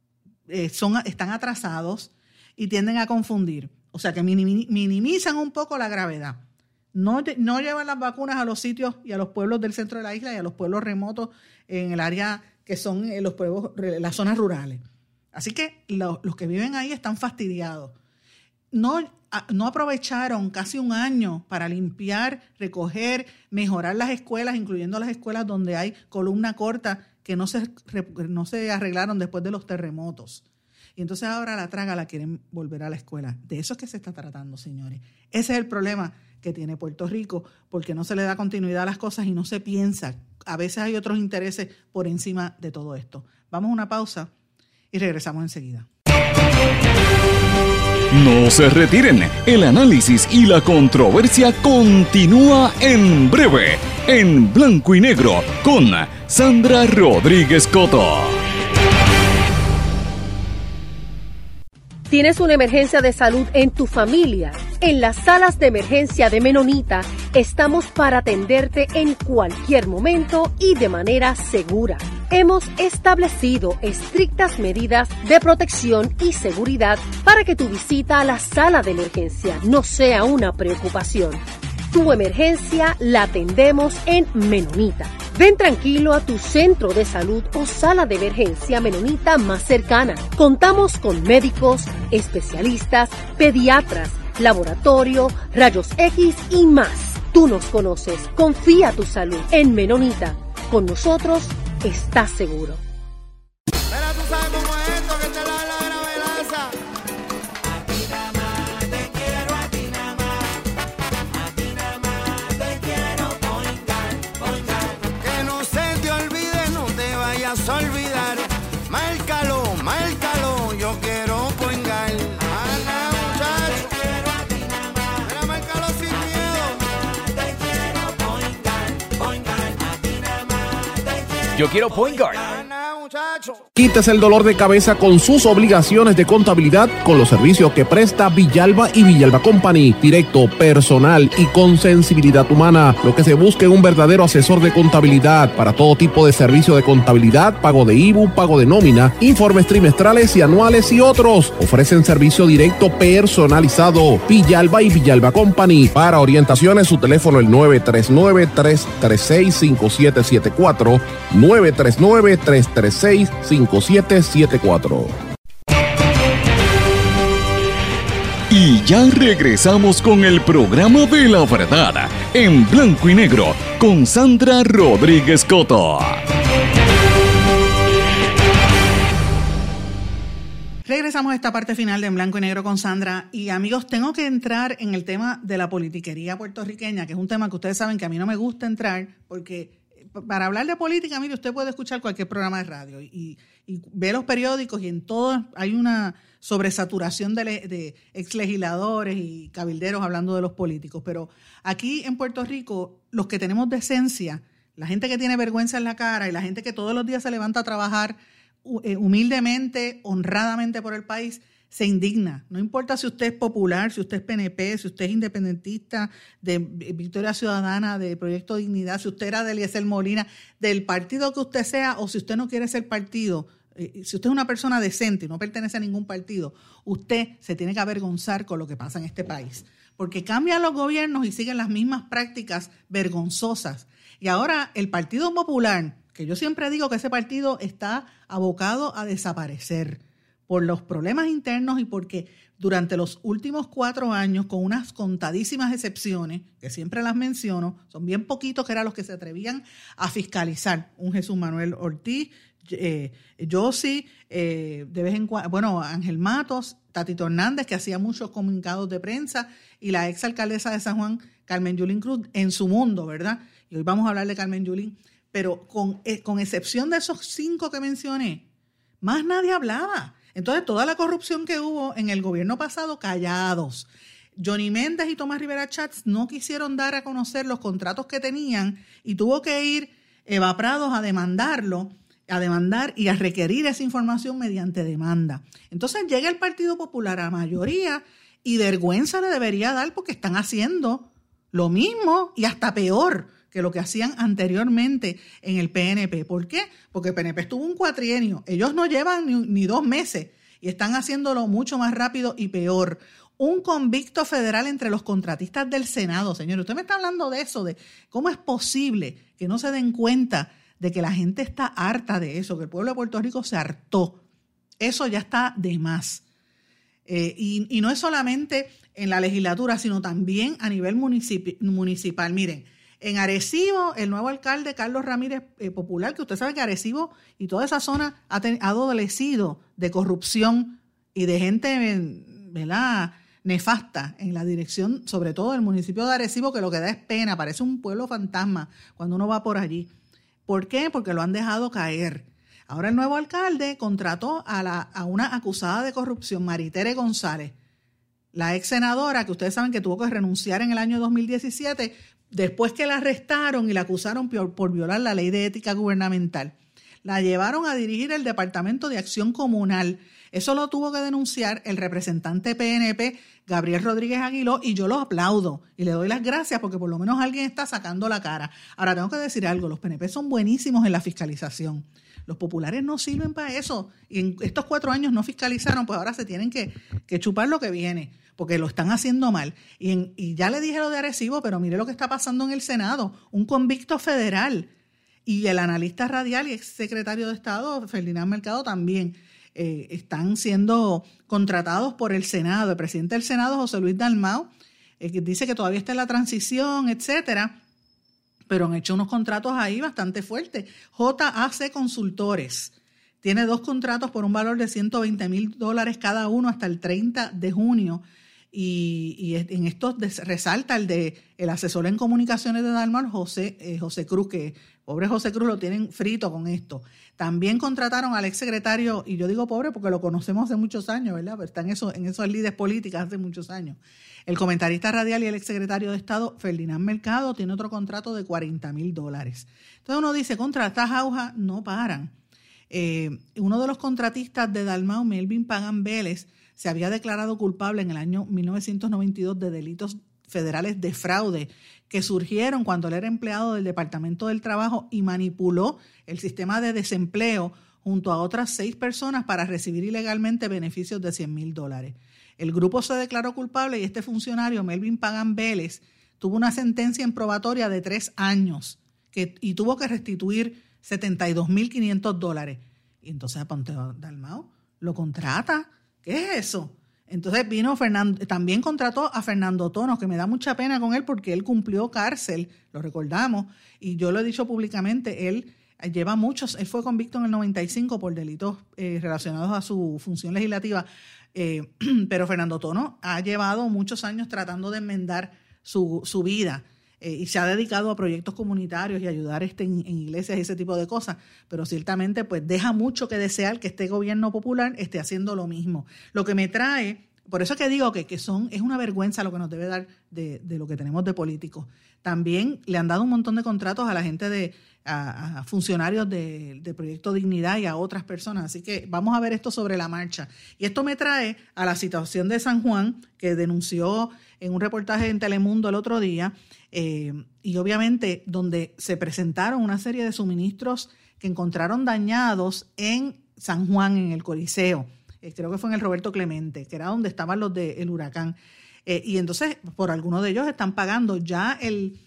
están atrasados y tienden a confundir. O sea que minimizan un poco la gravedad. No llevan las vacunas a los sitios y a los pueblos del centro de la isla y a los pueblos remotos en el área que son los pueblos, las zonas rurales. Así que los que viven ahí están fastidiados. No aprovecharon casi un año para limpiar, recoger, mejorar las escuelas, incluyendo las escuelas donde hay columna corta que no se arreglaron después de los terremotos. Y entonces ahora la quieren volver a la escuela. De eso es que se está tratando, señores. Ese es el problema que tiene Puerto Rico, porque no se le da continuidad a las cosas y no se piensa. A veces hay otros intereses por encima de todo esto. Vamos a una pausa y regresamos enseguida. No se retiren, el análisis y la controversia continúa en breve, en Blanco y Negro, con Sandra Rodríguez Coto. ¿Tienes una emergencia de salud en tu familia? En las salas de emergencia de Menonita Estamos para atenderte en cualquier momento y de manera segura. Hemos establecido estrictas medidas de protección y seguridad para que tu visita a la sala de emergencia no sea una preocupación. Tu emergencia la atendemos en Menonita. Ven tranquilo a tu centro de salud o sala de emergencia Menonita más cercana. Contamos con médicos, especialistas, pediatras, laboratorio, rayos X y más. Tú nos conoces. Confía tu salud en Menonita. Con nosotros estás seguro. Pero tú sabes cómo es esto, que te la gravelaza. A ti nada más te quiero, a ti nada más. A ti nada más te quiero, Poingal, Poingal. Que no se te olvide, no te vayas a olvidar. Márcalo, márcalo, yo quiero Poingal. Ana, muchacho. Te quiero a ti nada más. Mira, márcalo sin miedo. Te quiero, Poingal, Poingal. A ti nada más te quiero. Yo quiero Point Guard. Quítese el dolor de cabeza con sus obligaciones de contabilidad con los servicios que presta Villalba y Villalba Company. Directo, personal y con sensibilidad humana. Lo que se busca es un verdadero asesor de contabilidad para todo tipo de servicio de contabilidad, pago de IBU, pago de nómina, informes trimestrales y anuales y otros. Ofrecen servicio directo personalizado. Villalba y Villalba Company. Para orientaciones, su teléfono el 939-336-5774. 939-336-5774. Y ya regresamos con el programa de la verdad, en blanco y negro, con Sandra Rodríguez Coto. Regresamos a esta parte final de En Blanco y Negro con Sandra. Y amigos, tengo que entrar en el tema de la politiquería puertorriqueña, que es un tema que ustedes saben que a mí no me gusta entrar, porque para hablar de política, mire, usted puede escuchar cualquier programa de radio y ve los periódicos y en todos hay una sobresaturación de exlegisladores y cabilderos hablando de los políticos. Pero aquí en Puerto Rico, los que tenemos decencia, la gente que tiene vergüenza en la cara y la gente que todos los días se levanta a trabajar humildemente, honradamente por el país, se indigna. No importa si usted es popular, si usted es PNP, si usted es independentista, de Victoria Ciudadana, de Proyecto Dignidad, si usted era de Eliezer Molina, del partido que usted sea, o si usted no quiere ser partido, si usted es una persona decente y no pertenece a ningún partido, usted se tiene que avergonzar con lo que pasa en este país. Porque cambian los gobiernos y siguen las mismas prácticas vergonzosas. Y ahora el Partido Popular, que yo siempre digo que ese partido está abocado a desaparecer por los problemas internos y porque durante los últimos 4 años, con unas contadísimas excepciones, que siempre las menciono, son bien poquitos que eran los que se atrevían a fiscalizar, un Jesús Manuel Ortiz, Yossi, de vez en cuando, bueno, Ángel Matos, Tatito Hernández, que hacía muchos comunicados de prensa, y la exalcaldesa de San Juan, Carmen Yulín Cruz, en su mundo, ¿verdad? Y hoy vamos a hablar de Carmen Yulín, pero con excepción de esos 5 que mencioné, más nadie hablaba. Entonces, toda la corrupción que hubo en el gobierno pasado, callados. Johnny Méndez y Tomás Rivera Chats no quisieron dar a conocer los contratos que tenían y tuvo que ir Eva Prados a demandar y a requerir esa información mediante demanda. Entonces, llega el Partido Popular a mayoría y vergüenza le debería dar porque están haciendo lo mismo y hasta peor que lo que hacían anteriormente en el PNP. ¿Por qué? Porque el PNP estuvo un cuatrienio. Ellos no llevan ni 2 meses y están haciéndolo mucho más rápido y peor. Un convicto federal entre los contratistas del Senado. Señor, usted me está hablando de eso, de cómo es posible que no se den cuenta de que la gente está harta de eso, que el pueblo de Puerto Rico se hartó. Eso ya está de más. Y no es solamente en la legislatura, sino también a nivel municipal. Miren, en Arecibo, el nuevo alcalde Carlos Ramírez Popular, que usted sabe que Arecibo y toda esa zona ha adolecido de corrupción y de gente, ¿verdad?, nefasta en la dirección, sobre todo del municipio de Arecibo, que lo que da es pena, parece un pueblo fantasma cuando uno va por allí. ¿Por qué? Porque lo han dejado caer. Ahora el nuevo alcalde contrató a una acusada de corrupción, Maritere González, la ex senadora, que ustedes saben que tuvo que renunciar en el año 2017, después que la arrestaron y la acusaron por violar la ley de ética gubernamental. la llevaron a dirigir el Departamento de Acción Comunal. Eso lo tuvo que denunciar el representante PNP, Gabriel Rodríguez Aguiló, y yo lo aplaudo y le doy las gracias porque por lo menos alguien está sacando la cara. Ahora, tengo que decir algo, los PNP son buenísimos en la fiscalización. Los populares no sirven para eso. Y en estos 4 años no fiscalizaron, pues ahora se tienen que chupar lo que viene, porque lo están haciendo mal. Y ya le dije lo de Arecibo, pero mire lo que está pasando en el Senado. Un convicto federal y el analista radial y exsecretario de Estado, Ferdinand Mercado, también están siendo contratados por el Senado. El presidente del Senado, José Luis Dalmau, que dice que todavía está en la transición, etcétera, pero han hecho unos contratos ahí bastante fuertes. JAC Consultores tiene 2 contratos por un valor de $120,000 cada uno hasta el 30 de junio. Y en estos resalta el asesor en comunicaciones de Dalmau, José Cruz, que pobre José Cruz lo tienen frito con esto. También contrataron al exsecretario, y yo digo pobre porque lo conocemos hace muchos años, ¿verdad? Pero está en esos líderes políticas hace muchos años. El comentarista radial y el exsecretario de Estado, Ferdinand Mercado, tiene otro contrato de $40,000. Entonces uno dice, contra estas jaujas no paran. Uno de los contratistas de Dalmau, Melvin Pagan Vélez, se había declarado culpable en el año 1992 de delitos federales de fraude que surgieron cuando él era empleado del Departamento del Trabajo y manipuló el sistema de desempleo junto a otras 6 personas para recibir ilegalmente beneficios de $100,000. El grupo se declaró culpable y este funcionario, Melvin Pagan Vélez, tuvo una sentencia en probatoria de 3 años y tuvo que restituir $72,500. Y entonces Ponte Dalmau lo contrata. ¿Qué es eso? Entonces también contrató a Fernando Tonos, que me da mucha pena con él porque él cumplió cárcel, lo recordamos, y yo lo he dicho públicamente, él fue convicto en el 95 por delitos relacionados a su función legislativa, pero Fernando Tonos ha llevado muchos años tratando de enmendar su vida. Y se ha dedicado a proyectos comunitarios y ayudar en iglesias y ese tipo de cosas, pero ciertamente pues deja mucho que desear que este gobierno popular esté haciendo lo mismo. Lo que me trae, por eso es que digo que es una vergüenza lo que nos debe dar de lo que tenemos de políticos. También le han dado un montón de contratos a la gente a funcionarios de Proyecto Dignidad y a otras personas, así que vamos a ver esto sobre la marcha. Y esto me trae a la situación de San Juan, que denunció en un reportaje en Telemundo el otro día, y obviamente donde se presentaron una serie de suministros que encontraron dañados en San Juan, en el Coliseo. Creo que fue en el Roberto Clemente, que era donde estaban los del huracán. Y entonces, por algunos de ellos están pagando. Ya el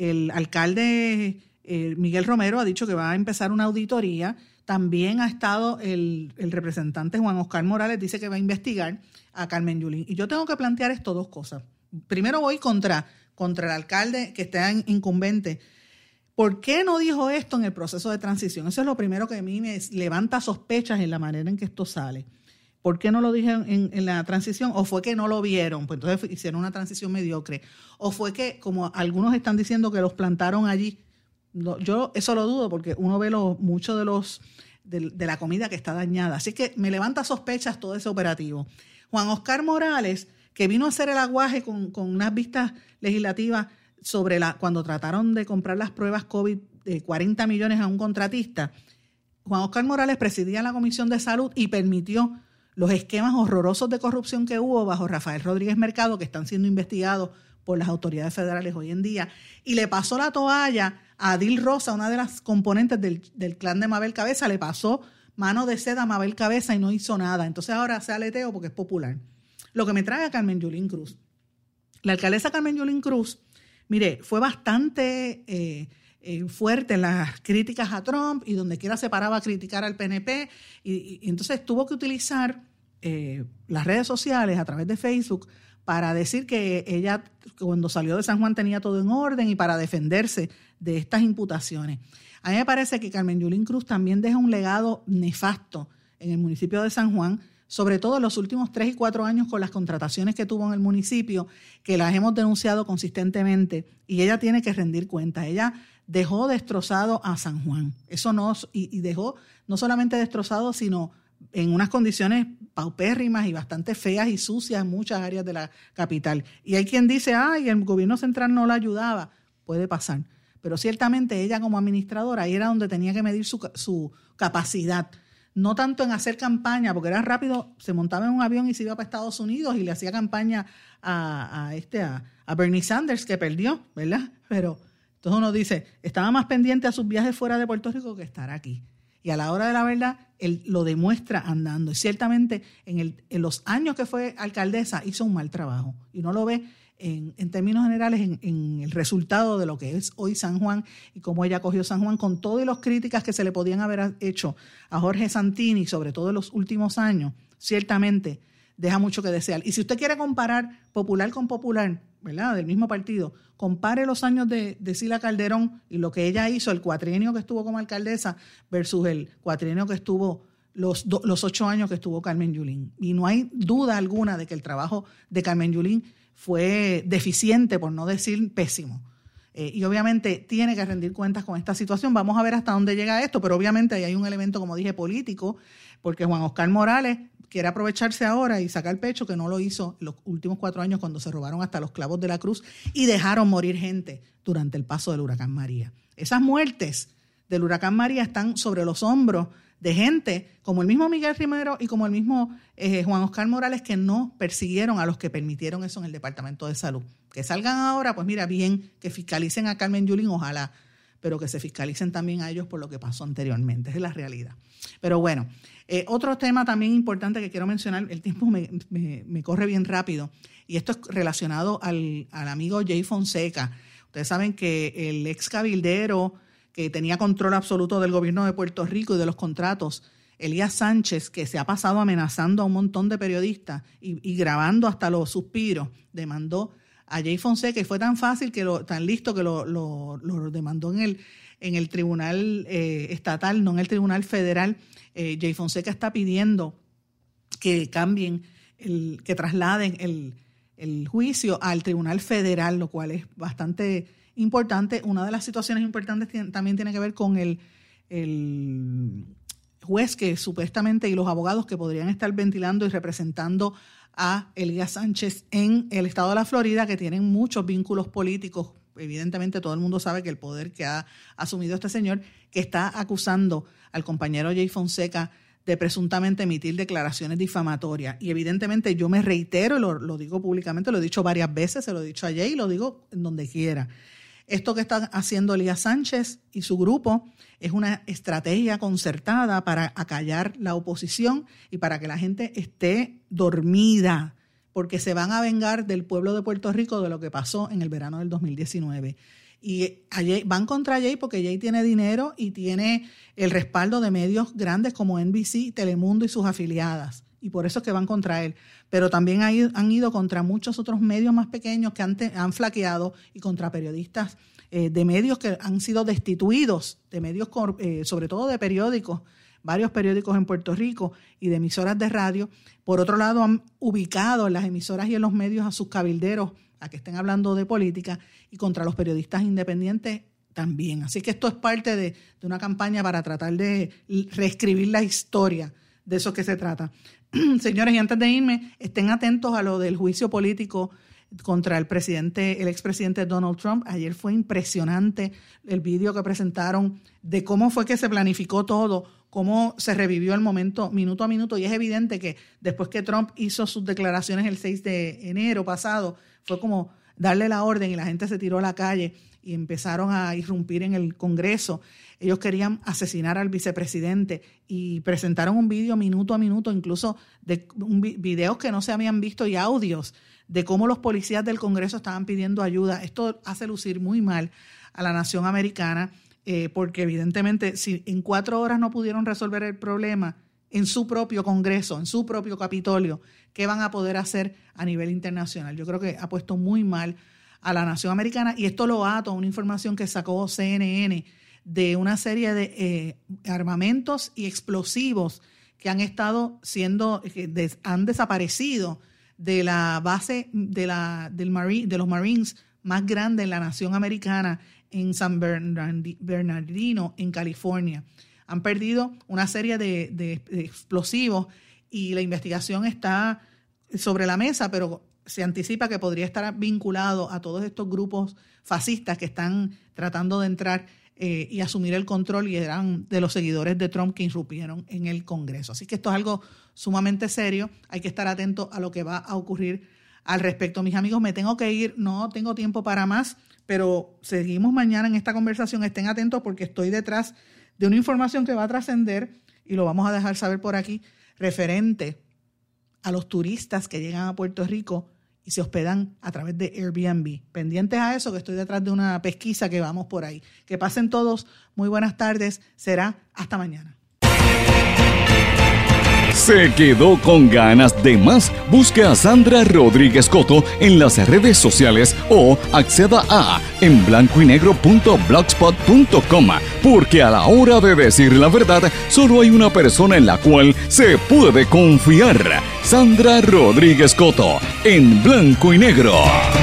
alcalde Miguel Romero ha dicho que va a empezar una auditoría. También ha estado el representante Juan Oscar Morales, dice que va a investigar a Carmen Yulín. Y yo tengo que plantear 2 cosas. Primero voy contra el alcalde que está incumbente. ¿Por qué no dijo esto en el proceso de transición? Eso es lo primero que a mí me levanta sospechas en la manera en que esto sale. ¿Por qué no lo dije en la transición? ¿O fue que no lo vieron? Pues entonces hicieron una transición mediocre. ¿O fue que, como algunos están diciendo, que los plantaron allí? No, yo eso lo dudo porque uno ve mucho de la comida que está dañada. Así que me levanta sospechas todo ese operativo. Juan Oscar Morales, que vino a hacer el aguaje con unas vistas legislativas sobre cuando trataron de comprar las pruebas COVID de 40 millones a un contratista. Juan Oscar Morales presidía la Comisión de Salud y permitió los esquemas horrorosos de corrupción que hubo bajo Rafael Rodríguez Mercado, que están siendo investigados por las autoridades federales hoy en día, y le pasó la toalla a Adil Rosa, una de las componentes del clan de Mabel Cabeza, le pasó mano de seda a Mabel Cabeza y no hizo nada. Entonces ahora se aleteo porque es popular. Lo que me trae a Carmen Yulín Cruz. La alcaldesa Carmen Yulín Cruz, mire, fue bastante fuerte en las críticas a Trump y donde quiera se paraba a criticar al PNP y entonces tuvo que utilizar las redes sociales a través de Facebook para decir que ella cuando salió de San Juan tenía todo en orden y para defenderse de estas imputaciones. A mí me parece que Carmen Yulín Cruz también deja un legado nefasto en el municipio de San Juan, sobre todo en los últimos 3 y 4 años con las contrataciones que tuvo en el municipio, que las hemos denunciado consistentemente, y ella tiene que rendir cuenta. Ella dejó destrozado a San Juan. Eso y dejó no solamente destrozado, sino en unas condiciones paupérrimas y bastante feas y sucias en muchas áreas de la capital. Y hay quien dice, ay, el gobierno central no la ayudaba. Puede pasar. pero ciertamente ella como administradora, ahí era donde tenía que medir su capacidad. No tanto en hacer campaña, porque era rápido, se montaba en un avión y se iba para Estados Unidos y le hacía campaña a Bernie Sanders, que perdió, ¿verdad? Pero entonces uno dice, estaba más pendiente a sus viajes fuera de Puerto Rico que estar aquí. Y a la hora de la verdad, él lo demuestra andando. Y ciertamente en los años que fue alcaldesa hizo un mal trabajo. Y uno lo ve en términos generales en el resultado de lo que es hoy San Juan y cómo ella cogió San Juan con todas las críticas que se le podían haber hecho a Jorge Santini, sobre todo en los últimos años, ciertamente deja mucho que desear. Y si usted quiere comparar popular con popular, ¿verdad?, del mismo partido, compare los años de Sila Calderón y lo que ella hizo, el cuatrienio que estuvo como alcaldesa versus el cuatrienio que estuvo los 8 años que estuvo Carmen Yulín. Y no hay duda alguna de que el trabajo de Carmen Yulín fue deficiente, por no decir pésimo. Y obviamente tiene que rendir cuentas con esta situación. Vamos a ver hasta dónde llega esto, pero obviamente ahí hay un elemento, como dije, político, porque Juan Oscar Morales quiere aprovecharse ahora y sacar pecho, que no lo hizo en los últimos 4 años cuando se robaron hasta los clavos de la cruz y dejaron morir gente durante el paso del huracán María. Esas muertes del huracán María están sobre los hombros de gente como el mismo Miguel Romero y como el mismo Juan Oscar Morales, que no persiguieron a los que permitieron eso en el Departamento de Salud. Que salgan ahora, pues mira, bien, que fiscalicen a Carmen Yulín, ojalá, pero que se fiscalicen también a ellos por lo que pasó anteriormente, es la realidad. Pero bueno, otro tema también importante que quiero mencionar, el tiempo me corre bien rápido, y esto es relacionado al amigo Jay Fonseca. Ustedes saben que el ex cabildero que tenía control absoluto del gobierno de Puerto Rico y de los contratos, Elías Sánchez, que se ha pasado amenazando a un montón de periodistas y grabando hasta los suspiros, demandó a Jay Fonseca, y fue tan fácil, tan listo que lo demandó en el tribunal estatal, no en el tribunal federal. Jay Fonseca está pidiendo que cambien, que trasladen el juicio al tribunal federal, lo cual es bastante importante. Una de las situaciones importantes también tiene que ver con el juez que supuestamente y los abogados que podrían estar ventilando y representando a Elías Sánchez en el estado de la Florida, que tienen muchos vínculos políticos. Evidentemente todo el mundo sabe que el poder que ha asumido este señor, que está acusando al compañero Jay Fonseca de presuntamente emitir declaraciones difamatorias. Y evidentemente yo me reitero, lo digo públicamente, lo he dicho varias veces, se lo he dicho a Jay, lo digo en donde quiera. Esto que está haciendo Elías Sánchez y su grupo es una estrategia concertada para acallar la oposición y para que la gente esté dormida, porque se van a vengar del pueblo de Puerto Rico de lo que pasó en el verano del 2019. Y van contra Jay porque Jay tiene dinero y tiene el respaldo de medios grandes como NBC, Telemundo y sus afiliadas. Y por eso es que van contra él. Pero también han ido contra muchos otros medios más pequeños que han flaqueado, y contra periodistas de medios que han sido destituidos, de medios, sobre todo de periódicos, varios periódicos en Puerto Rico y de emisoras de radio. Por otro lado, han ubicado en las emisoras y en los medios a sus cabilderos a que estén hablando de política, y contra los periodistas independientes también. Así que esto es parte de una campaña para tratar de reescribir la historia. De eso que se trata. Señores, y antes de irme, estén atentos a lo del juicio político contra el expresidente Donald Trump. Ayer fue impresionante el vídeo que presentaron de cómo fue que se planificó todo, cómo se revivió el momento minuto a minuto. Y es evidente que después que Trump hizo sus declaraciones el 6 de enero pasado, fue como darle la orden y la gente se tiró a la calle y empezaron a irrumpir en el Congreso. Ellos querían asesinar al vicepresidente y presentaron un vídeo minuto a minuto, incluso de videos que no se habían visto y audios de cómo los policías del Congreso estaban pidiendo ayuda. Esto hace lucir muy mal a la nación americana, porque evidentemente si en 4 horas no pudieron resolver el problema en su propio Congreso, en su propio Capitolio, ¿qué van a poder hacer a nivel internacional? Yo creo que ha puesto muy mal a la nación americana, y esto lo ato a una información que sacó CNN de una serie de armamentos y explosivos que han estado han desaparecido de la base de los Marines más grande en la nación americana, en San Bernardino, en California. Han perdido una serie de explosivos y la investigación está sobre la mesa, pero se anticipa que podría estar vinculado a todos estos grupos fascistas que están tratando de entrar y asumir el control, y eran de los seguidores de Trump que irrumpieron en el Congreso. Así que esto es algo sumamente serio. Hay que estar atento a lo que va a ocurrir al respecto. Mis amigos, me tengo que ir, no tengo tiempo para más, pero seguimos mañana en esta conversación. Estén atentos porque estoy detrás de una información que va a trascender y lo vamos a dejar saber por aquí, referente a los turistas que llegan a Puerto Rico y se hospedan a través de Airbnb. Pendientes a eso, que estoy detrás de una pesquisa que vamos por ahí. Que pasen todos muy buenas tardes. Será hasta mañana. ¿Se quedó con ganas de más? Busque a Sandra Rodríguez Coto en las redes sociales o acceda a enblancoynegro.blogspot.com, porque a la hora de decir la verdad, solo hay una persona en la cual se puede confiar. Sandra Rodríguez Coto, en Blanco y Negro.